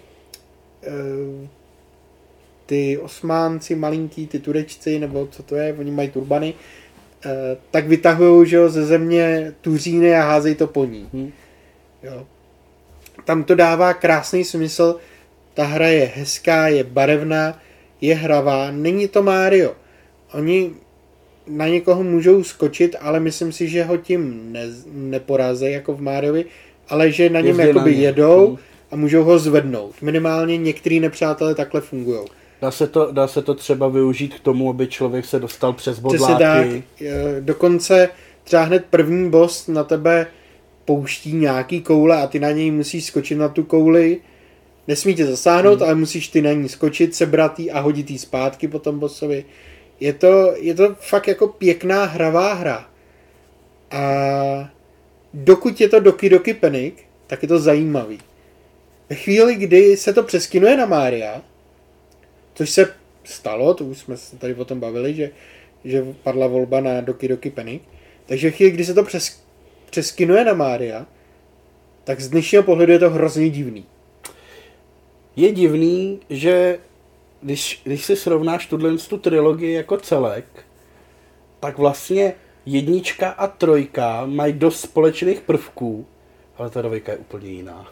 ty osmánci malinký, ty turečci, nebo co to je, oni mají turbany, tak vytahují, že jo, ze země tuříny a házejí to po ní. Jo. Tam to dává krásný smysl, ta hra je hezká, je barevná, je hravá, není to Mario. Oni na někoho můžou skočit, ale myslím si, že ho tím neporazejí jako v Mariovi, ale že na něm jakoby jedou a můžou ho zvednout. Minimálně některý nepřátelé takhle fungují. Dá se to třeba využít k tomu, aby člověk se dostal přes bodláky. Dokonce třeba hned první boss na tebe pouští nějaký koule a ty na něj musíš skočit na tu kouli. Nesmí tě zasáhnout, ale musíš ty na ní skočit, sebrat jí a hodit jí zpátky po tom bossovi. Je to fakt jako pěkná hravá hra. A dokud je to Doki Doki Panic, tak je to zajímavý. Ve chvíli, kdy se to přeskinuje na Mária, což se stalo, to už jsme se tady o tom bavili, že padla volba na Doki Doki Panic, takže ve chvíli, kdy se to přeskinuje na Mária, tak z dnešního pohledu je to hrozně divný. Je divný, že když si srovnáš tu trilogii jako celek, tak vlastně 1 a 3 mají dost společných prvků, ale ta 2 je úplně jiná.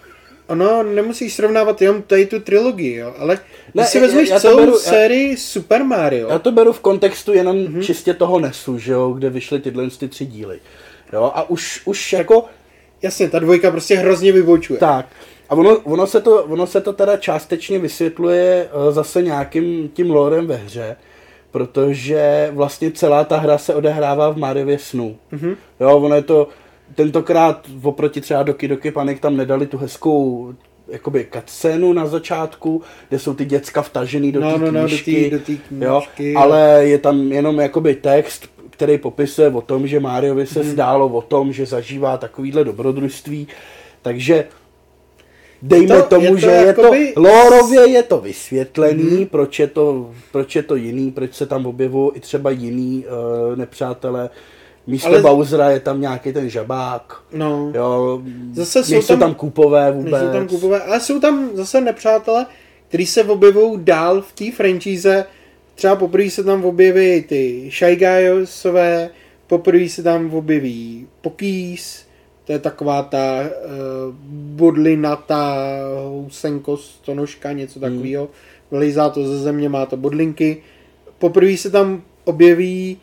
ono nemusíš srovnávat jenom tady tu trilogii, jo, ale když si vezmeš celou sérii Super Mario. Já to beru v kontextu jenom čistě toho NESu, že jo, kde vyšly tyhle 3 díly. Jo, a už jako... Jasně, ta dvojka prostě hrozně vybočuje. Tak. A ono se to teda částečně vysvětluje zase nějakým tím lorem ve hře, protože vlastně celá ta hra se odehrává v Mariově snu. Jo, ono je to tentokrát oproti třeba Doki Doki Panic tam nedali tu hezkou jakoby cutscénu na začátku, kde jsou ty děcka vtažený do té knížky, do té knížky, jo, ale je tam jenom jakoby text, který popisuje o tom, že Mariovi se zdálo o tom, že zažívá takovýhle dobrodružství, takže dejme tomu, že je to lórově je to vysvětlený, proč je to jiný, proč se tam objevují i třeba jiný nepřátelé. Místo Bowsera je tam nějaký ten žabák. No. Jo, zase nejsou tam kupové vůbec. Nejsou tam kupové, ale jsou tam zase nepřátelé, kteří se objevují dál v té franchise. Třeba poprvé se tam objeví ty Shy Guysové, poprvé se tam objeví Pokés, to je taková ta bodlinatá housenkostonožka, něco takového. Vylejzá to ze země, má to bodlinky. Poprvé se tam objeví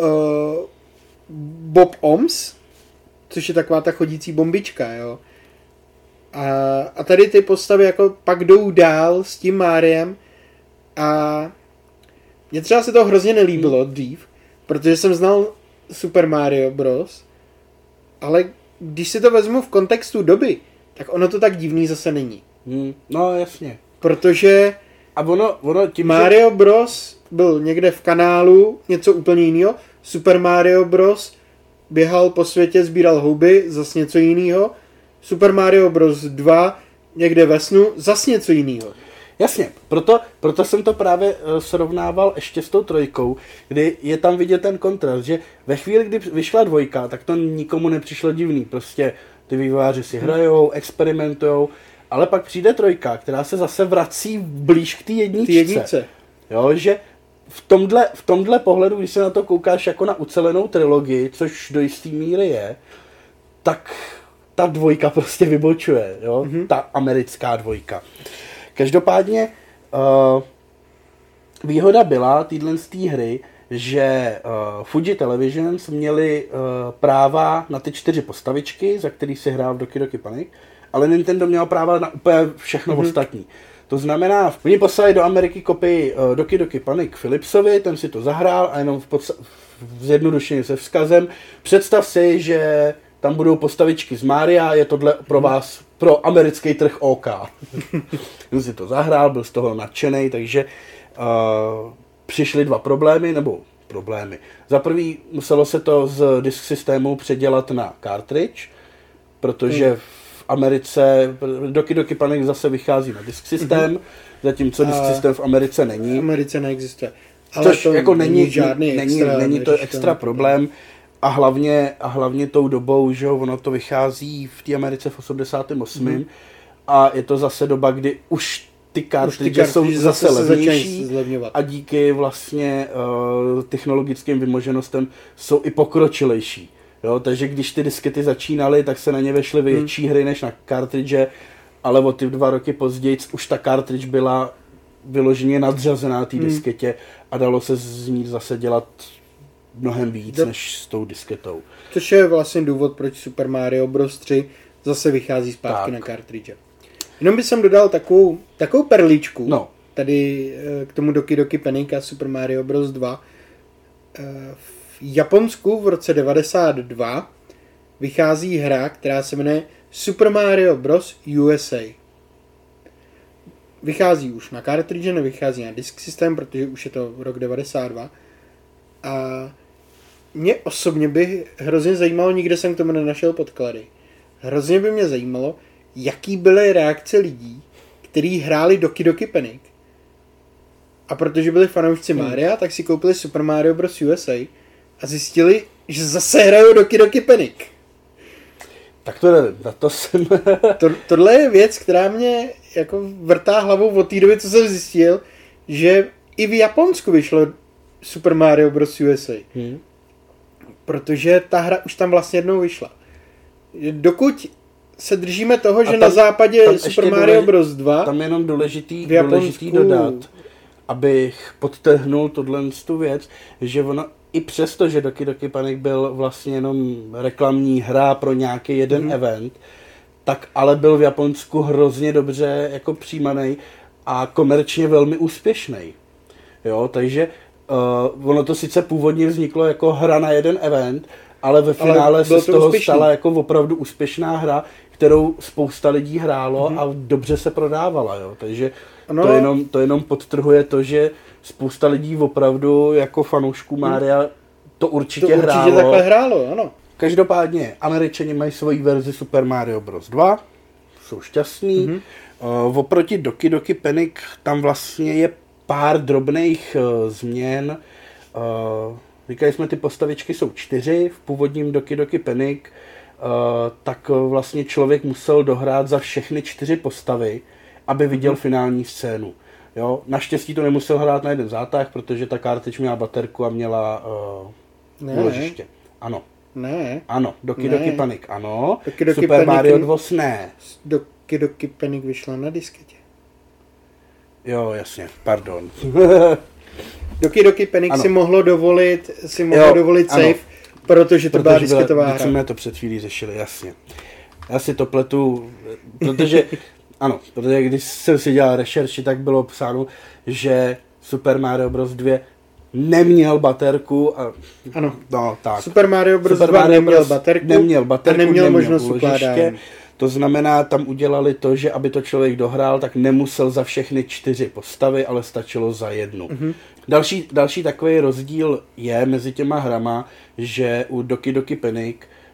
Bob Oms, což je taková ta chodící bombička, jo. A tady ty postavy jako pak jdou dál s tím Mariem a mně třeba se to hrozně nelíbilo dřív, protože jsem znal Super Mario Bros. Ale když si to vezmu v kontextu doby, tak ono to tak divný zase není. No jasně. Protože a ono tím, Mario Bros. Byl někde v kanálu, něco úplně jiného. Super Mario Bros. Běhal po světě, sbíral houby, zas něco jiného. Super Mario Bros. 2 někde ve snu, zas něco jiného. Jasně, proto jsem to právě srovnával ještě s tou 3, kdy je tam vidět ten kontrast, že ve chvíli, kdy vyšla 2, tak to nikomu nepřišlo divný. Prostě ty vývojáři si hrajou, experimentujou, ale pak přijde 3, která se zase vrací blíž k té jedničce. Jo, že v tomhle pohledu, když se na to koukáš jako na ucelenou trilogii, což do jistý míry je, tak ta 2 prostě vybočuje, jo? Ta americká 2. Každopádně výhoda byla téhle hry, že Fuji Televisions měli práva na ty 4 postavičky, za který si hrál v Doki Doki Panic, ale Nintendo měl práva na úplně všechno ostatní. To znamená, oni poslali do Ameriky kopii Doki Doki Panic Philipsovi, ten si to zahrál a jenom zjednodušeně se vzkazem. Představ si, že tam budou postavičky z Mária, je tohle pro vás, pro americký trh OK. Jsem si to zahrál, byl z toho nadšenej, takže přišly 2 problémy. Za prvý muselo se to z disk systému předělat na cartridge, protože v Americe Doki Doki Panic zase vychází na disk systém, zatímco disk systém v Americe není. V Americe neexistuje. Ale což to jako není to extra problém. A hlavně tou dobou, že ono to vychází v té Americe v 88. A je to zase doba, kdy už ty kartridže jsou zase levnější a díky vlastně technologickým vymoženostem jsou i pokročilejší. Jo, takže když ty diskety začínaly, tak se na ně vešly větší hry než na kartridže, ale o ty 2 roky později už ta kartridž byla vyloženě nadřazená té disketě a dalo se z ní zase dělat mnohem víc než s tou disketou. Což je vlastně důvod, proč Super Mario Bros. 3 zase vychází zpátky na kartridže. Jenom bych jsem dodal takovou perličku tady k tomu Doki Doki Panic a Super Mario Bros. 2. V Japonsku v roce 92 vychází hra, která se jmenuje Super Mario Bros. USA. Vychází už na kartridže, nevychází na disk systém, protože už je to rok 92. A mě osobně by hrozně zajímalo, nikde jsem k tomu nenašel podklady, hrozně by mě zajímalo, jaký byly reakce lidí, kteří hráli Doki Doki Panic. A protože byli fanoušci Maria, tak si koupili Super Mario Bros. USA a zjistili, že zase hrajou Doki Doki Panic. Tak to nevím, na to jsem... Tohle je věc, která mě jako vrtá hlavou od té doby, co jsem zjistil, že i v Japonsku vyšlo Super Mario Bros. USA. Protože ta hra už tam vlastně jednou vyšla. Dokud se držíme toho, že tam, na západě Super Mario Bros. 2 tam je jenom důležitý dodat, abych podtrhnul tu věc, že ono i přesto, že Doki Doki Panic byl vlastně jenom reklamní hra pro nějaký jeden event, tak ale byl v Japonsku hrozně dobře jako přijímaný a komerčně velmi úspěšný. Jo, takže ono to sice původně vzniklo jako hra na jeden event, ale ve finále se z toho stala jako opravdu úspěšná hra, kterou spousta lidí hrálo a dobře se prodávala. Jo. Takže to jenom podtrhuje to, že spousta lidí opravdu jako fanoušků Mária to určitě hrálo. Určitě takhle hrálo, ano. Každopádně Američani mají svoji verzi Super Mario Bros. 2, jsou šťastní. Oproti Doki Doki Panic tam vlastně je pár drobných změn. Říkali jsme, ty postavičky jsou 4, v původním Doki Doki Panic tak vlastně člověk musel dohrát za všechny 4 postavy, aby viděl finální scénu. Jo? Naštěstí to nemusel hrát na jeden zátah, protože ta kartič měla baterku a měla úložiště. Ano. Ne. Ano, Doki Doki Panic, ano. Doki Super Panic Mario 2 ne. Doki Doki Panic vyšla na disketě. Jo, jasně, pardon. Doki Doki Panic si mohlo dovolit save, protože to byla disketová hra. Jsme to před chvílí řešili, jasně. Já si to pletu, protože když jsem si dělal rešerši, tak bylo psáno, že Super Mario Bros. 2 neměl baterku a ano. No, tak. Super Mario Bros. 2 neměl baterku, neměl možnost ukládání. To znamená, tam udělali to, že aby to člověk dohrál, tak nemusel za všechny 4 postavy, ale stačilo za jednu. Další takový rozdíl je mezi těma hrama, že u Doki Doki Panic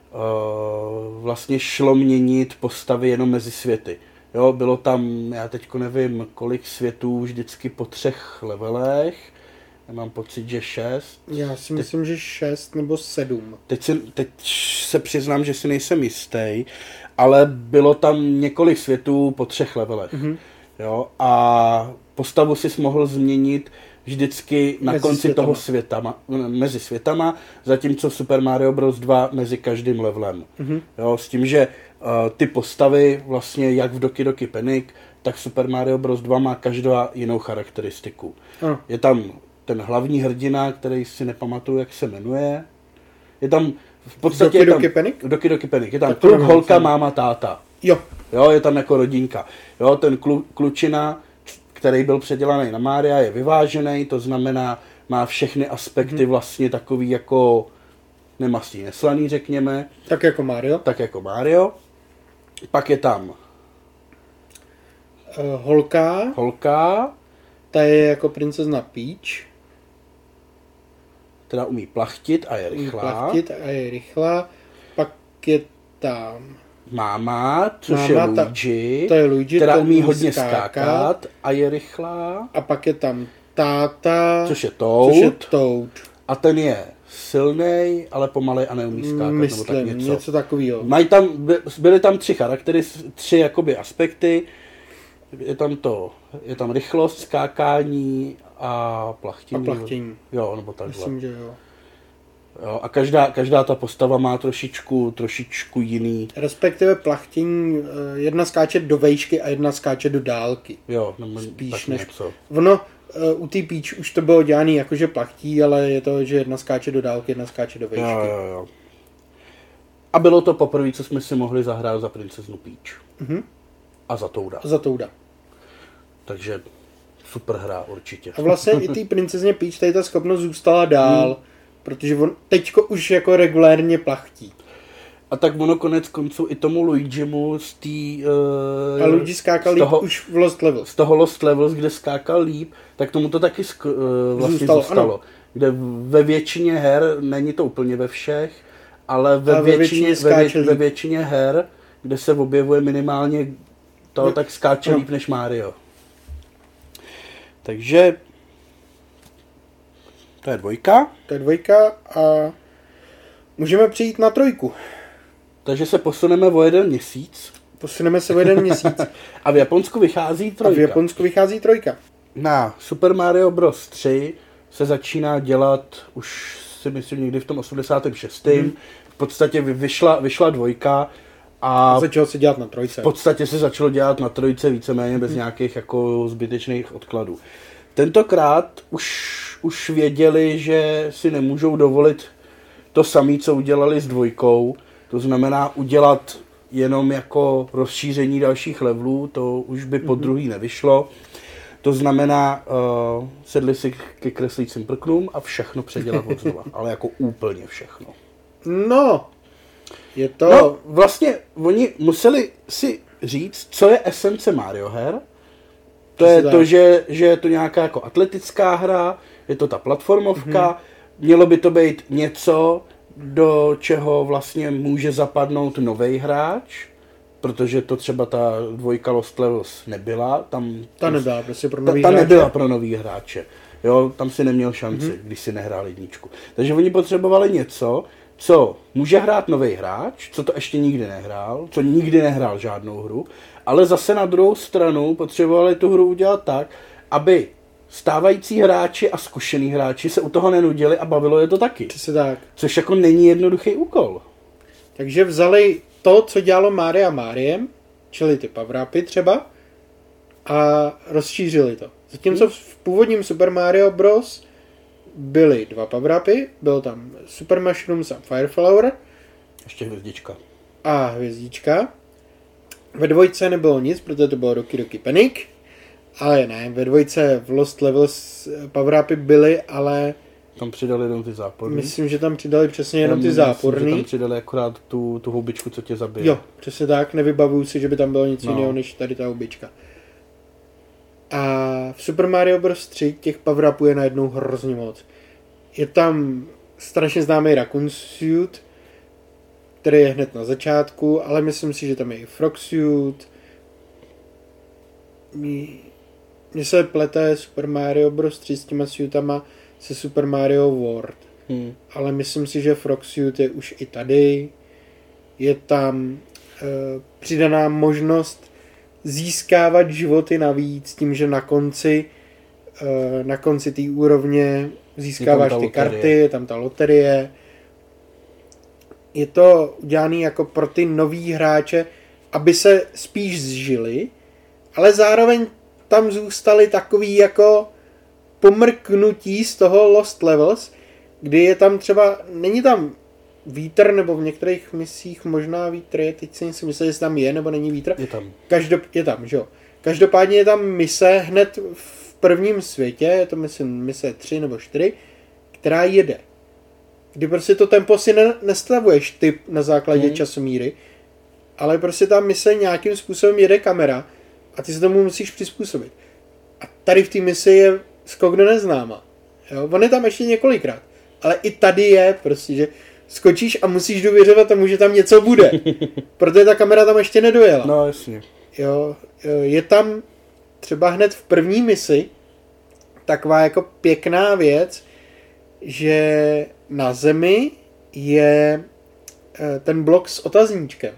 vlastně šlo měnit postavy jenom mezi světy. Jo, bylo tam, já teďko nevím, kolik světů vždycky po 3 levelech. Já mám pocit, že 6. Já si myslím, že 6 nebo 7. Teď se přiznám, že si nejsem jistý, ale bylo tam několik světů po 3 levelech. Jo, a postavu si mohl změnit vždycky na konci toho mezi světama, zatímco Super Mario Bros. 2 mezi každým levelem. Jo, s tím, že ty postavy vlastně jak v Doki Doki Panic, tak Super Mario Bros. 2 má každá jinou charakteristiku. Je tam ten hlavní hrdina, který si nepamatuju, jak se jmenuje. Je tam v podstatě Doki Doki Panic. Je tam kluk, holka, máma, táta. Jo, je tam jako rodinka. Jo, ten klučina, který byl předělaný na Mária, je vyvážený, to znamená, má všechny aspekty vlastně takový jako nemastný, neslaný, řekněme. Tak jako Mario. Pak je tam holka. Ta je jako princezna Peach. Teda umí plachtit a je rychlá. Pak je tam máma, což je Luigi, která umí hodně skákat a je rychlá. A pak je tam táta, což je Toad. A ten je silnej, ale pomalej a neumí skákat. Myslím, nebo tak něco takového. Byly tam 3 charaktery, 3 jakoby aspekty. Je tam rychlost, skákání a plachtění. Jo, nebo takhle. Myslím, že jo. Jo, a každá ta postava má trošičku jiný. Respektive plachtění, jedna skáče do vejšky a jedna skáče do dálky. Jo, spíš než něco. Ono, u té Peach už to bylo dělané jakože plachtí, ale je to, že jedna skáče do dálky, jedna skáče do vejšky. Jo. A bylo to poprvé, co jsme si mohli zahrát za princeznu Peach. A za Touda. Takže super hra určitě. A vlastně i té princezně Peach tady ta schopnost zůstala dál, protože on teďko už jako regulérně plachtí. A tak ono konec konců i tomu Luigimu z té... a Luigi skákal líp už v Lost Levels. Z toho Lost Levels, kde skákal líp, tak tomu to taky vlastně zůstalo. Kde ve většině her, není to úplně ve všech, ale ve většině her, kde se objevuje minimálně to, tak skáče líp než Mario. Takže to je 2. A můžeme přijít na 3. Takže se posuneme o 1 měsíc. A v Japonsku vychází 3. Na Super Mario Bros. 3 se začíná dělat už si myslím někdy v tom 86. V podstatě vyšla 2 A začalo se dělat na trojce. v podstatě se začalo dělat na trojce víceméně bez nějakých jako zbytečných odkladů. Tentokrát už věděli, že si nemůžou dovolit to samé, co udělali s dvojkou. To znamená udělat jenom jako rozšíření dalších levelů, to už by po druhý nevyšlo. To znamená, sedli si ke kreslícím prknům a všechno předělat od znova. Ale jako úplně všechno. No, je to... No, vlastně oni museli si říct, co je esence Mario her. To je to, že je to nějaká jako atletická hra, je to ta platformovka, mělo by to být něco, do čeho vlastně může zapadnout novej hráč, protože to třeba ta dvojka Lost Levels nebyla. Ta nebyla prostě pro nový hráče. Nebyla pro nový hráče. Jo, tam si neměl šanci, když si nehrál jedničku. Takže oni potřebovali něco, co může hrát nový hráč, co to ještě nikdy nehrál, co nikdy nehrál žádnou hru, ale zase na druhou stranu potřebovali tu hru udělat tak, aby stávající hráči a zkušený hráči se u toho nenudili a bavilo je to taky. Přesně tak. Což jako není jednoduchý úkol. Takže vzali to, co dělalo Mario Mariem, čili ty power-upy třeba, a rozšířili to. Zatímco v původním Super Mario Bros. Byly 2 power-upy, byl tam Super Mushrooms a Fire Flower. Ještě hvězdička. A hvězdička. Ve dvojce nebylo nic, protože to bylo Doki Doki Panic. Ale ne, ve dvojce v Lost Levels power-upy byly, ale... Tam přidali jenom ty záporný. Myslím, že tam přidali přesně jenom ty záporný. Myslím, že tam přidali akorát tu houbičku, co tě zabije. Jo, přesně tak, nevybavuju si, že by tam bylo nic jiného, než tady ta houbička. A v Super Mario Bros. 3 těch power-upů je najednou hrozně moc. Je tam strašně známý Raccoon Suit, který je hned na začátku, ale myslím si, že tam je i Frog Suit. Mně se plete Super Mario Bros. 3 s těma suitama se Super Mario World. Ale myslím si, že Frog Suit je už i tady. Je tam přidaná možnost získávat životy navíc tím, že na konci té úrovně získáváš ty karty, je tam ta loterie. Je to udělané jako pro ty nový hráče, aby se spíš zžili, ale zároveň tam zůstaly takový jako pomrknutí z toho Lost Levels, kdy je tam třeba, není tam vítr, nebo v některých misích možná vítr je, teď si myslím, jestli tam je, nebo není vítr. Je tam. Je tam, že jo. Každopádně je tam mise hned v prvním světě, je to myslím mise 3 nebo 4, která jede. Kdy prostě to tempo si nestavuješ ty na základě časomíry, ale prostě ta mise nějakým způsobem jede kamera a ty se tomu musíš přizpůsobit. A tady v té misi je skok do neznáma. Jo? On je tam ještě několikrát, ale i tady je prostě, že skočíš a musíš důvěřovat tomu, že tam něco bude. Protože ta kamera tam ještě nedojela. No, jasně. Jo, je tam třeba hned v první misi taková jako pěkná věc, že na zemi je ten blok s otazníčkem.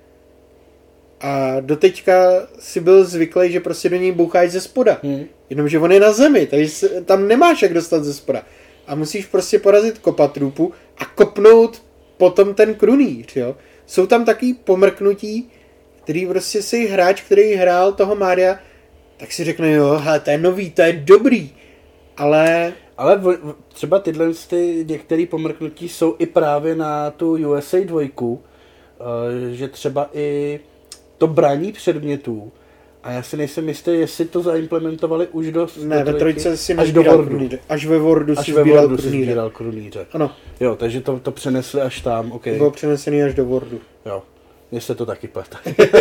A doteďka si byl zvyklý, že prostě do něj boucháš ze spoda. Jenomže on je na zemi, takže tam nemáš jak dostat ze spoda. A musíš prostě porazit kopatrupu a kopnout potom ten krunýř, jo. Jsou tam takový pomrknutí, který prostě si hráč, který hrál toho Mária, tak si řekne, jo, hele, to je nový, to je dobrý. Ale třeba tyhle některé pomrknutí jsou i právě na tu USA 2, že třeba i to brání předmětů. A já si nejsem jistý, jestli to zaimplementovali už do... Ne, ve trojce si nezbíral krunýře. Až ve Wordu si sbíral krunýře. Ano. Jo, takže to přenesli až tam, ok. Bylo přenesený až do Wordu. Jo, mně se to taky plete.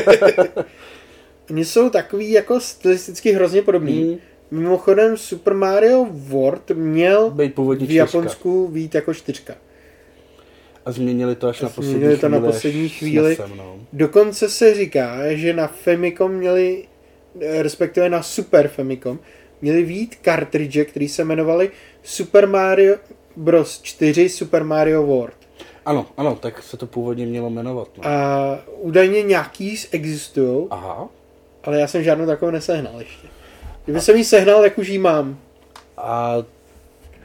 Oni jsou takový jako stylisticky hrozně podobný. Mimochodem Super Mario World měl v Japonsku být jako 4. A změnili to až na poslední chvíli. Dokonce se říká, že na Famicom měli, respektive na Super Famicom, měli být kartridže, které se jmenovaly Super Mario Bros. 4 Super Mario World. Ano, tak se to původně mělo jmenovat. No. A údajně nějaký existují, ale já jsem žádnou takovou nesehnal ještě. Kdyby jsem ji sehnal, tak už ji mám. A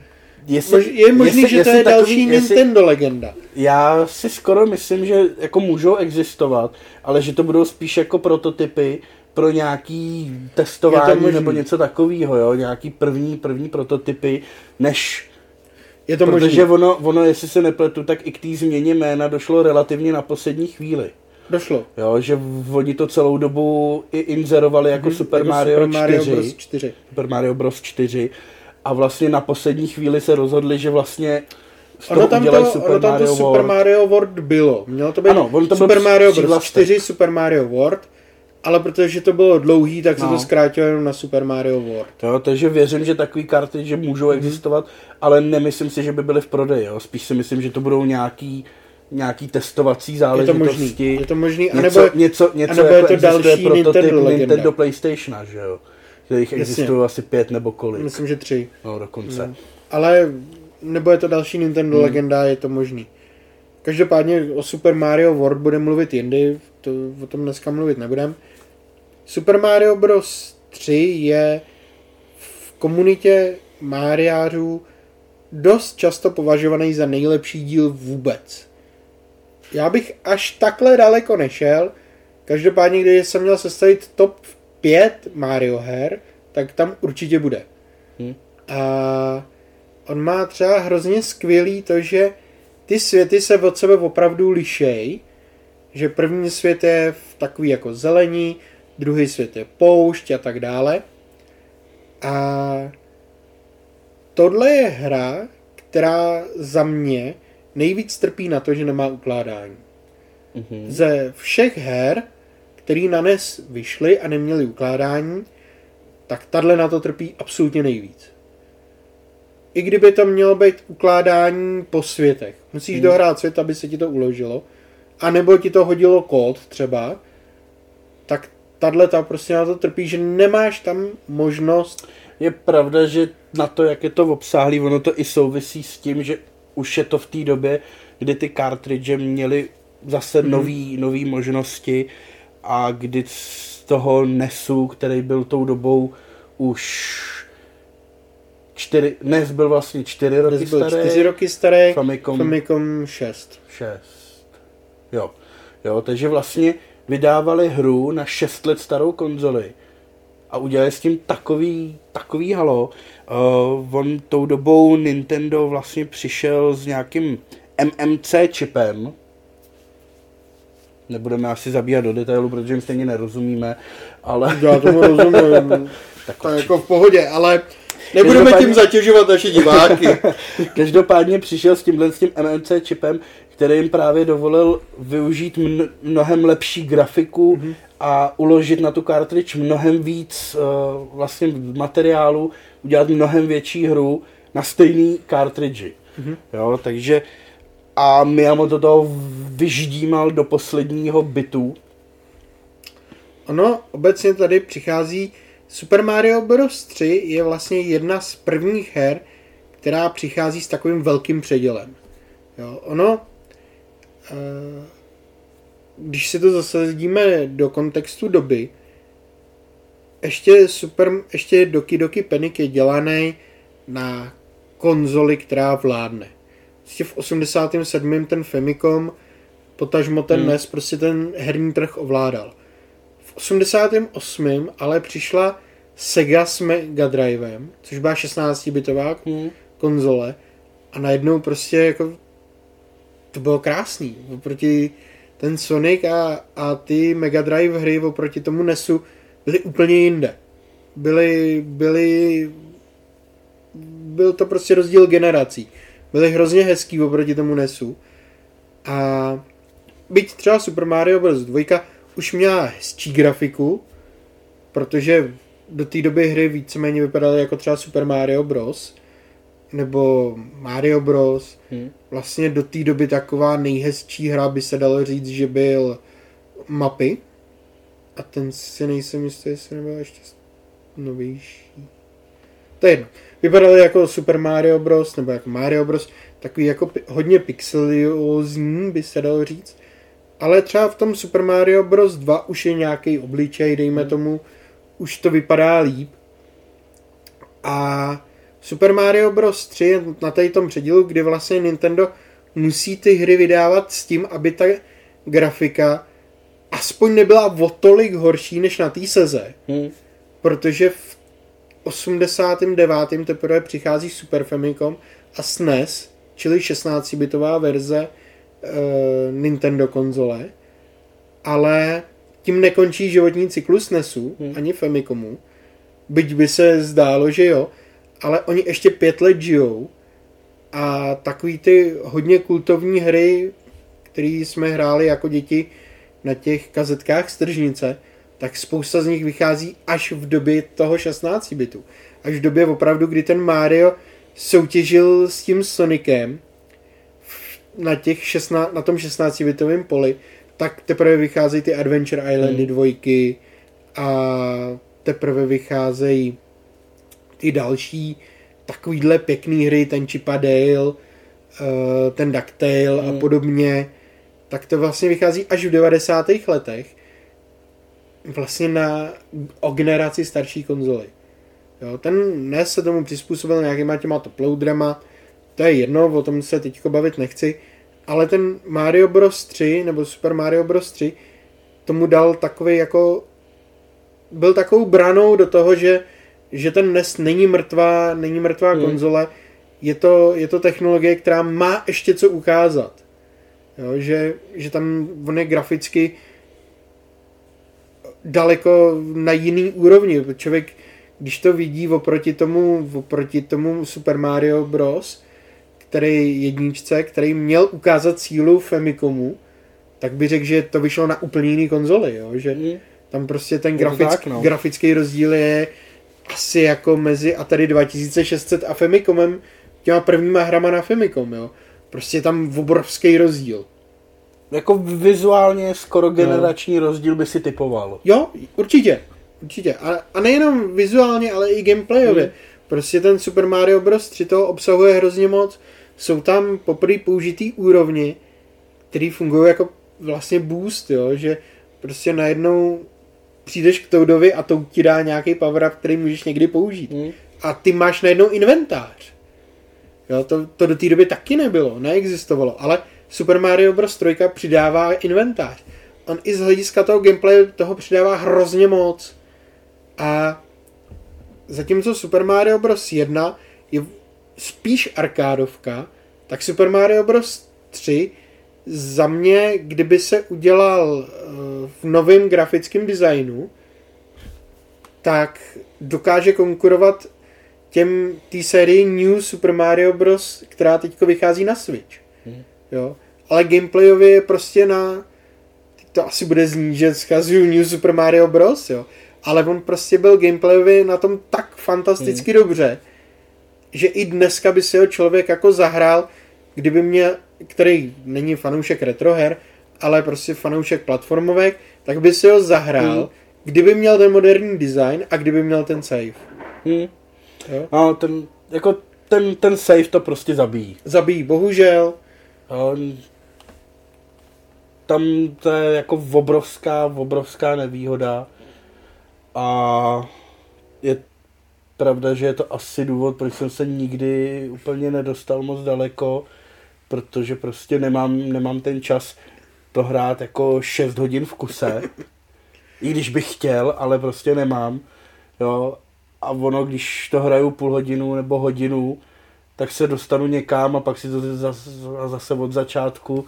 Je možný, že to je další Nintendo legenda. Já si skoro myslím, že jako můžou existovat, ale že to budou spíš jako prototypy pro nějaký testování nebo něco takového, jo? Nějaký první prototypy, než... Je to protože ono, jestli se nepletu, tak i k té změně jména došlo relativně na poslední chvíli. Došlo. Jo, že oni to celou dobu i inzerovali jako Super Mario 4. Super Mario Bros. 4. A vlastně na poslední chvíli se rozhodli, že vlastně Super Mario World bylo. Mělo to být Super Mario Bros. 4, Super Mario World, ale protože to bylo dlouhý, tak se to zkrátilo jenom na Super Mario World. Jo, takže věřím, že takový karty, že můžou existovat, ale nemyslím si, že by byly v prodeji. Jo. Spíš si myslím, že to budou nějaký testovací záležitosti. Je to možný. Něco jako je to další Nintendo PlayStationa, že jo. Kterých existují asi 5 nebo kolik. Myslím, že 3. No, dokonce. No. Ale nebo je to další Nintendo legenda, je to možný. Každopádně o Super Mario World budeme mluvit jindy, o tom dneska mluvit nebudem. Super Mario Bros. 3 je v komunitě Mariářů dost často považovaný za nejlepší díl vůbec. Já bych až takhle daleko nešel, každopádně, když jsem měl sestavit top 5 Mario her, tak tam určitě bude. A on má třeba hrozně skvělý to, že ty světy se od sebe opravdu lišej, že první svět je v takový jako zelení, druhý svět je poušť a tak dále. A tohle je hra, která za mě nejvíc trpí na to, že nemá ukládání. Ze všech her, který na NES vyšly a neměly ukládání, tak tahle na to trpí absolutně nejvíc. I kdyby to mělo být ukládání po světech. Musíš dohrát svět, aby se ti to uložilo. A nebo ti to hodilo kód třeba, tak tato prostě na to trpí, že nemáš tam možnost. Je pravda, že na to, jak je to obsáhlý, ono to i souvisí s tím, že už je to v té době, kdy ty cartridge měly zase nový možnosti a kdy z toho NESu, který byl tou dobou už NES byl vlastně 4 roky starý, Famicom 6. Jo, takže vlastně vydávali hru na 6 let starou konzoli a udělali s tím takový halo. On tou dobou Nintendo vlastně přišel s nějakým MMC čipem. Nebudeme asi zabíhat do detailu, protože jim stejně nerozumíme, ale... Já tomu rozumím. To je jako v pohodě, ale nebudeme tím zatěžovat naše diváky. Každopádně přišel s tím MMC čipem, který jim právě dovolil využít mnohem lepší grafiku a uložit na tu cartridge mnohem víc vlastně materiálu, udělat mnohem větší hru na stejný cartridge. Jo, takže a Miyamoto toho vyždímal do posledního bitu. Ono obecně tady přichází Super Mario Bros. 3 je vlastně jedna z prvních her, která přichází s takovým velkým předělem. Jo, ono, když si to zasadíme do kontextu doby, ještě Doki Doki Panic je dělaný na konzoli, která vládne. Prostě v 87. ten Famicom, potažmo ten NES, prostě ten herní trh ovládal. V 88. ale přišla Sega s Mega Drivem, což byla 16-bitová konzole a najednou prostě jako to bylo krásný. Oproti ten Sonic a ty Mega Drive hry oproti tomu NESu byly úplně jinde. Byl to prostě rozdíl generací. Byly hrozně hezký oproti tomu NESu. A byť třeba Super Mario Bros. 2 už měla hezčí grafiku, protože do té doby hry víceméně vypadaly jako třeba Super Mario Bros. Nebo Mario Bros. Vlastně do té doby taková nejhezčí hra by se dalo říct, že byl Mapy. A ten si nejsem jistý, jestli nebyl ještě novější. To je jedno. Vypadaly jako Super Mario Bros. Nebo jako Mario Bros. Takový jako hodně pixeliózní by se dalo říct. Ale třeba v tom Super Mario Bros. 2 už je nějaký obličej, dejme tomu, už to vypadá líp. A Super Mario Bros. 3 je na tady tom předílu, kdy vlastně Nintendo musí ty hry vydávat s tím, aby ta grafika aspoň nebyla o tolik horší než na té Seze. Protože v 89. teprve přichází Super Famicom a SNES, čili 16-bitová verze Nintendo konzole, ale tím nekončí životní cyklus SNESu ani Famicomu, byť by se zdálo, že jo, ale oni ještě 5 let žijou a takový ty hodně kultovní hry, které jsme hráli jako děti na těch kazetkách z tržnice, tak spousta z nich vychází až v době toho 16 bitu. Až v době opravdu, kdy ten Mario soutěžil s tím Sonicem na tom 16-bitovém poli, tak teprve vycházejí ty Adventure Islandy 2 a teprve vycházejí i další takovýhle pěkný hry, ten Chip a Dale, ten DuckTale a podobně. Tak to vlastně vychází až v 90. letech vlastně o generaci starší konzoly. Jo, ten NES se tomu přizpůsobil nějakýma těma toploaderama, to je jedno, o tom se teďko bavit nechci, ale ten Mario Bros. 3 nebo Super Mario Bros. 3 tomu dal takový jako byl takovou branou do toho, že ten NES není mrtvá konzole, je to technologie, která má ještě co ukázat. Jo, že tam on je graficky daleko na jiný úrovni. Člověk, když to vidí oproti tomu Super Mario Bros., který měl ukázat sílu Famicomu, tak by řekl, že to vyšlo na úplně jiný konzoli. Jo? Že tam prostě ten grafický rozdíl je asi jako mezi Atari 2600 a Famicomem, těma prvníma hrama na Famicom. Jo? Prostě je tam obrovský rozdíl. Jako vizuálně skoro generační rozdíl by si typoval. Jo, určitě. A nejenom vizuálně, ale i gameplayově. Prostě ten Super Mario Bros. 3 toho obsahuje hrozně moc. Jsou tam poprvé použitý úrovni, které fungují jako vlastně boost, jo? Že prostě najednou přijdeš k Toadovi a Toad ti dá nějaký power-up, který můžeš někdy použít. A ty máš najednou inventář. Jo? To do té doby taky nebylo, neexistovalo, ale Super Mario Bros. 3 přidává inventář. On i z hlediska toho gameplayu toho přidává hrozně moc. A zatímco Super Mario Bros. 1 je spíš arkádovka, tak Super Mario Bros. 3 za mě, kdyby se udělal v novém grafickém designu, tak dokáže konkurovat té sérii New Super Mario Bros., která teďko vychází na Switch. Jo? Ale gameplayově je prostě to asi bude znít, že zkazuju New Super Mario Bros., jo? Ale on prostě byl gameplayově na tom tak fantasticky dobře, že i dneska by si ho člověk jako zahrál, kdyby měl, který není fanoušek retroher, ale prostě fanoušek platformovek, tak by si ho zahrál, kdyby měl ten moderní design a kdyby měl ten save. Jo? No, ten save to prostě zabíjí. Zabíjí, bohužel. Tam to je jako obrovská nevýhoda a je pravda, že je to asi důvod, proč jsem se nikdy úplně nedostal moc daleko, protože prostě nemám ten čas to hrát jako 6 hodin v kuse, i když bych chtěl, ale prostě nemám, jo, a ono, když to hraju půl hodinu nebo hodinu, tak se dostanu někam a pak si to zase od začátku.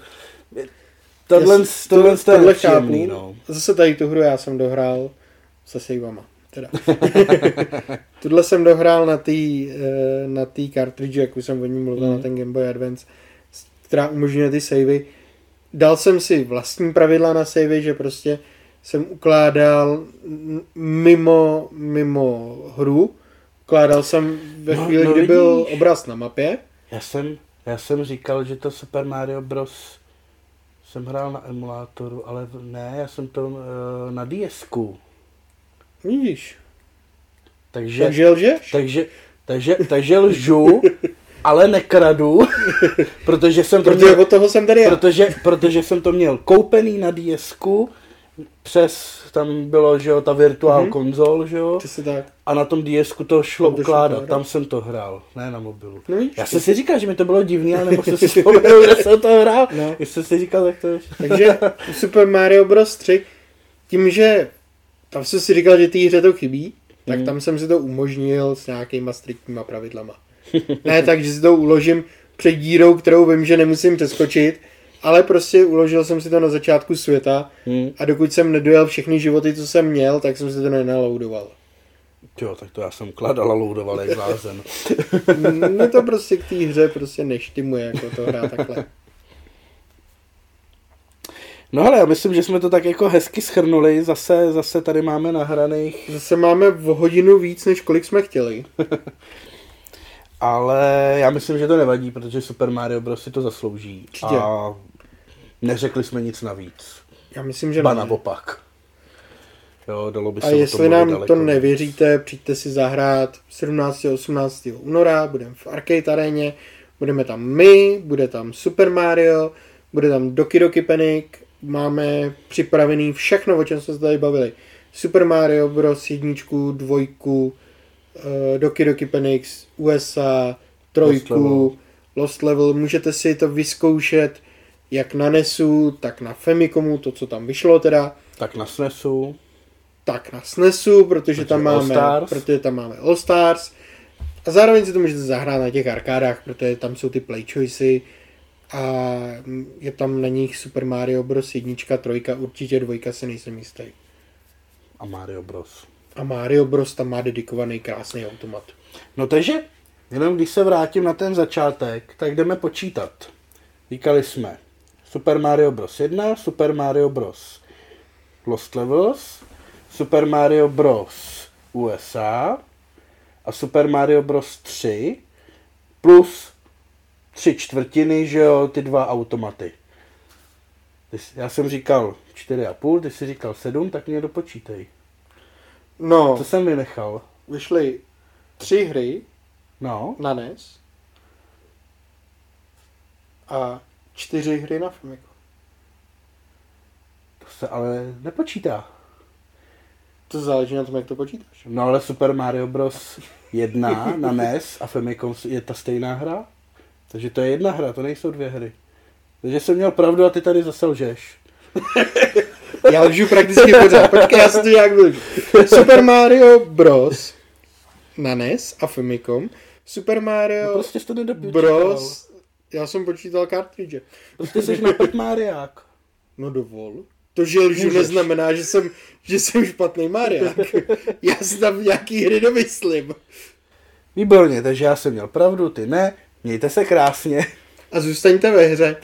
Tohle chápu. No. Zase tady tu hru já jsem dohrál se saveama. Teda. Tohle jsem dohrál na té cartridge, jak už jsem o ní mluvil, na ten Game Boy Advance, která umožňuje ty savey. Dal jsem si vlastní pravidla na savey, že prostě jsem ukládal mimo hru. Ukládal jsem ve chvíli, kdy byl obraz na mapě. Já jsem říkal, že to Super Mario Bros. Jsem hrál na emulátoru, ale ne, já jsem to na DS-ku. Vidíš. Takže lžeš? Takže lžu, ale nekradu, protože jsem to od toho jsem tady já. Protože jsem to měl koupený na DS-ku, tam bylo, že jo, ta virtual konzol, že jo. Přesně tak. A na tom DSku to šlo Tam to ukládat, šlo tam jsem to hrál, ne na mobilu. No, Já jsem si říkal, že mi to bylo divný, ale nemohl jsem si vzpomenout, kde jsem to hrál. No. Když jsem si říkal, tak to je. Takže Super Mario Bros. 3, tím, že tam jsem si říkal, že té hře to chybí, tak tam jsem si to umožnil s nějakýma striktníma pravidlama. Ne tak, že si to uložím před dírou, kterou vím, že nemusím přeskočit, ale prostě uložil jsem si to na začátku světa a dokud jsem nedojel všechny životy, co jsem měl, tak jsem si to nenaloudoval. Jo, tak to já jsem kladal a loudoval jak blázen. Mně to prostě k té hře prostě neštimuje, jako to hrát takhle. No hele, já myslím, že jsme to tak jako hezky shrnuli, zase tady máme nahraných. Zase máme o hodinu víc, než kolik jsme chtěli. Ale já myslím, že to nevadí, protože Super Mario Bros. Si to zaslouží. Určitě. A neřekli jsme nic navíc. Já myslím, že Ba ne. naopak. Jo, dalo by se A o tom jestli mluvit nám daleko to víc. nevěříte, přijďte si zahrát 17. a 18. února, budeme v Arcade aréně, budeme tam my, bude tam Super Mario, bude tam Doki Doki Panic, máme připravený všechno, o čem jsme se tady bavili. Super Mario Bros. 1, 2, Doki Doki Panic, USA, 3, Lost Level. Můžete si to vyzkoušet jak na NESu, tak na Famicomu, to, co tam vyšlo teda. Tak na SNESu. Tak na SNESu, protože tam máme All Stars. A zároveň si to můžete zahrát na těch arkádách, protože tam jsou ty play choices a je tam na nich Super Mario Bros. 1, 3, určitě 2 se nejsem jistý. A Mario Bros. A Mario Bros. Tam má dedikovaný krásný automat. No takže, jenom když se vrátím na ten začátek, tak jdeme počítat. Říkali jsme Super Mario Bros. 1, Super Mario Bros. Lost Levels, Super Mario Bros. USA a Super Mario Bros. 3 plus 3/4, že jo, ty 2 automaty. Já jsem říkal 4,5, ty jsi říkal 7, tak mě dopočítej. No, Co jsem vynechal? vyšly 3 hry No, na NES a 4 hry na Famicom. to se ale nepočítá. To záleží na tom, jak to počítáš. No ale Super Mario Bros. 1 na NES a Famicom je ta stejná hra? Takže to je jedna hra, to nejsou 2 hry. Takže jsem měl pravdu a ty tady zase lžeš. Já lžu prakticky pořád. Počkej, já si to nějak vylžu. Super Mario Bros. Na NES a Famicom. Super Mario No prostě jsi to nedopočítal. Bros. Já jsem počítal cartridge. Prostě jsi napět Mariák. No dovol. To, že lžu, neznamená, že jsem špatný Mariák. Já si tam nějaký hry domyslím. Výborně, takže já jsem měl pravdu, ty ne. Mějte se krásně. A zůstaňte ve hře.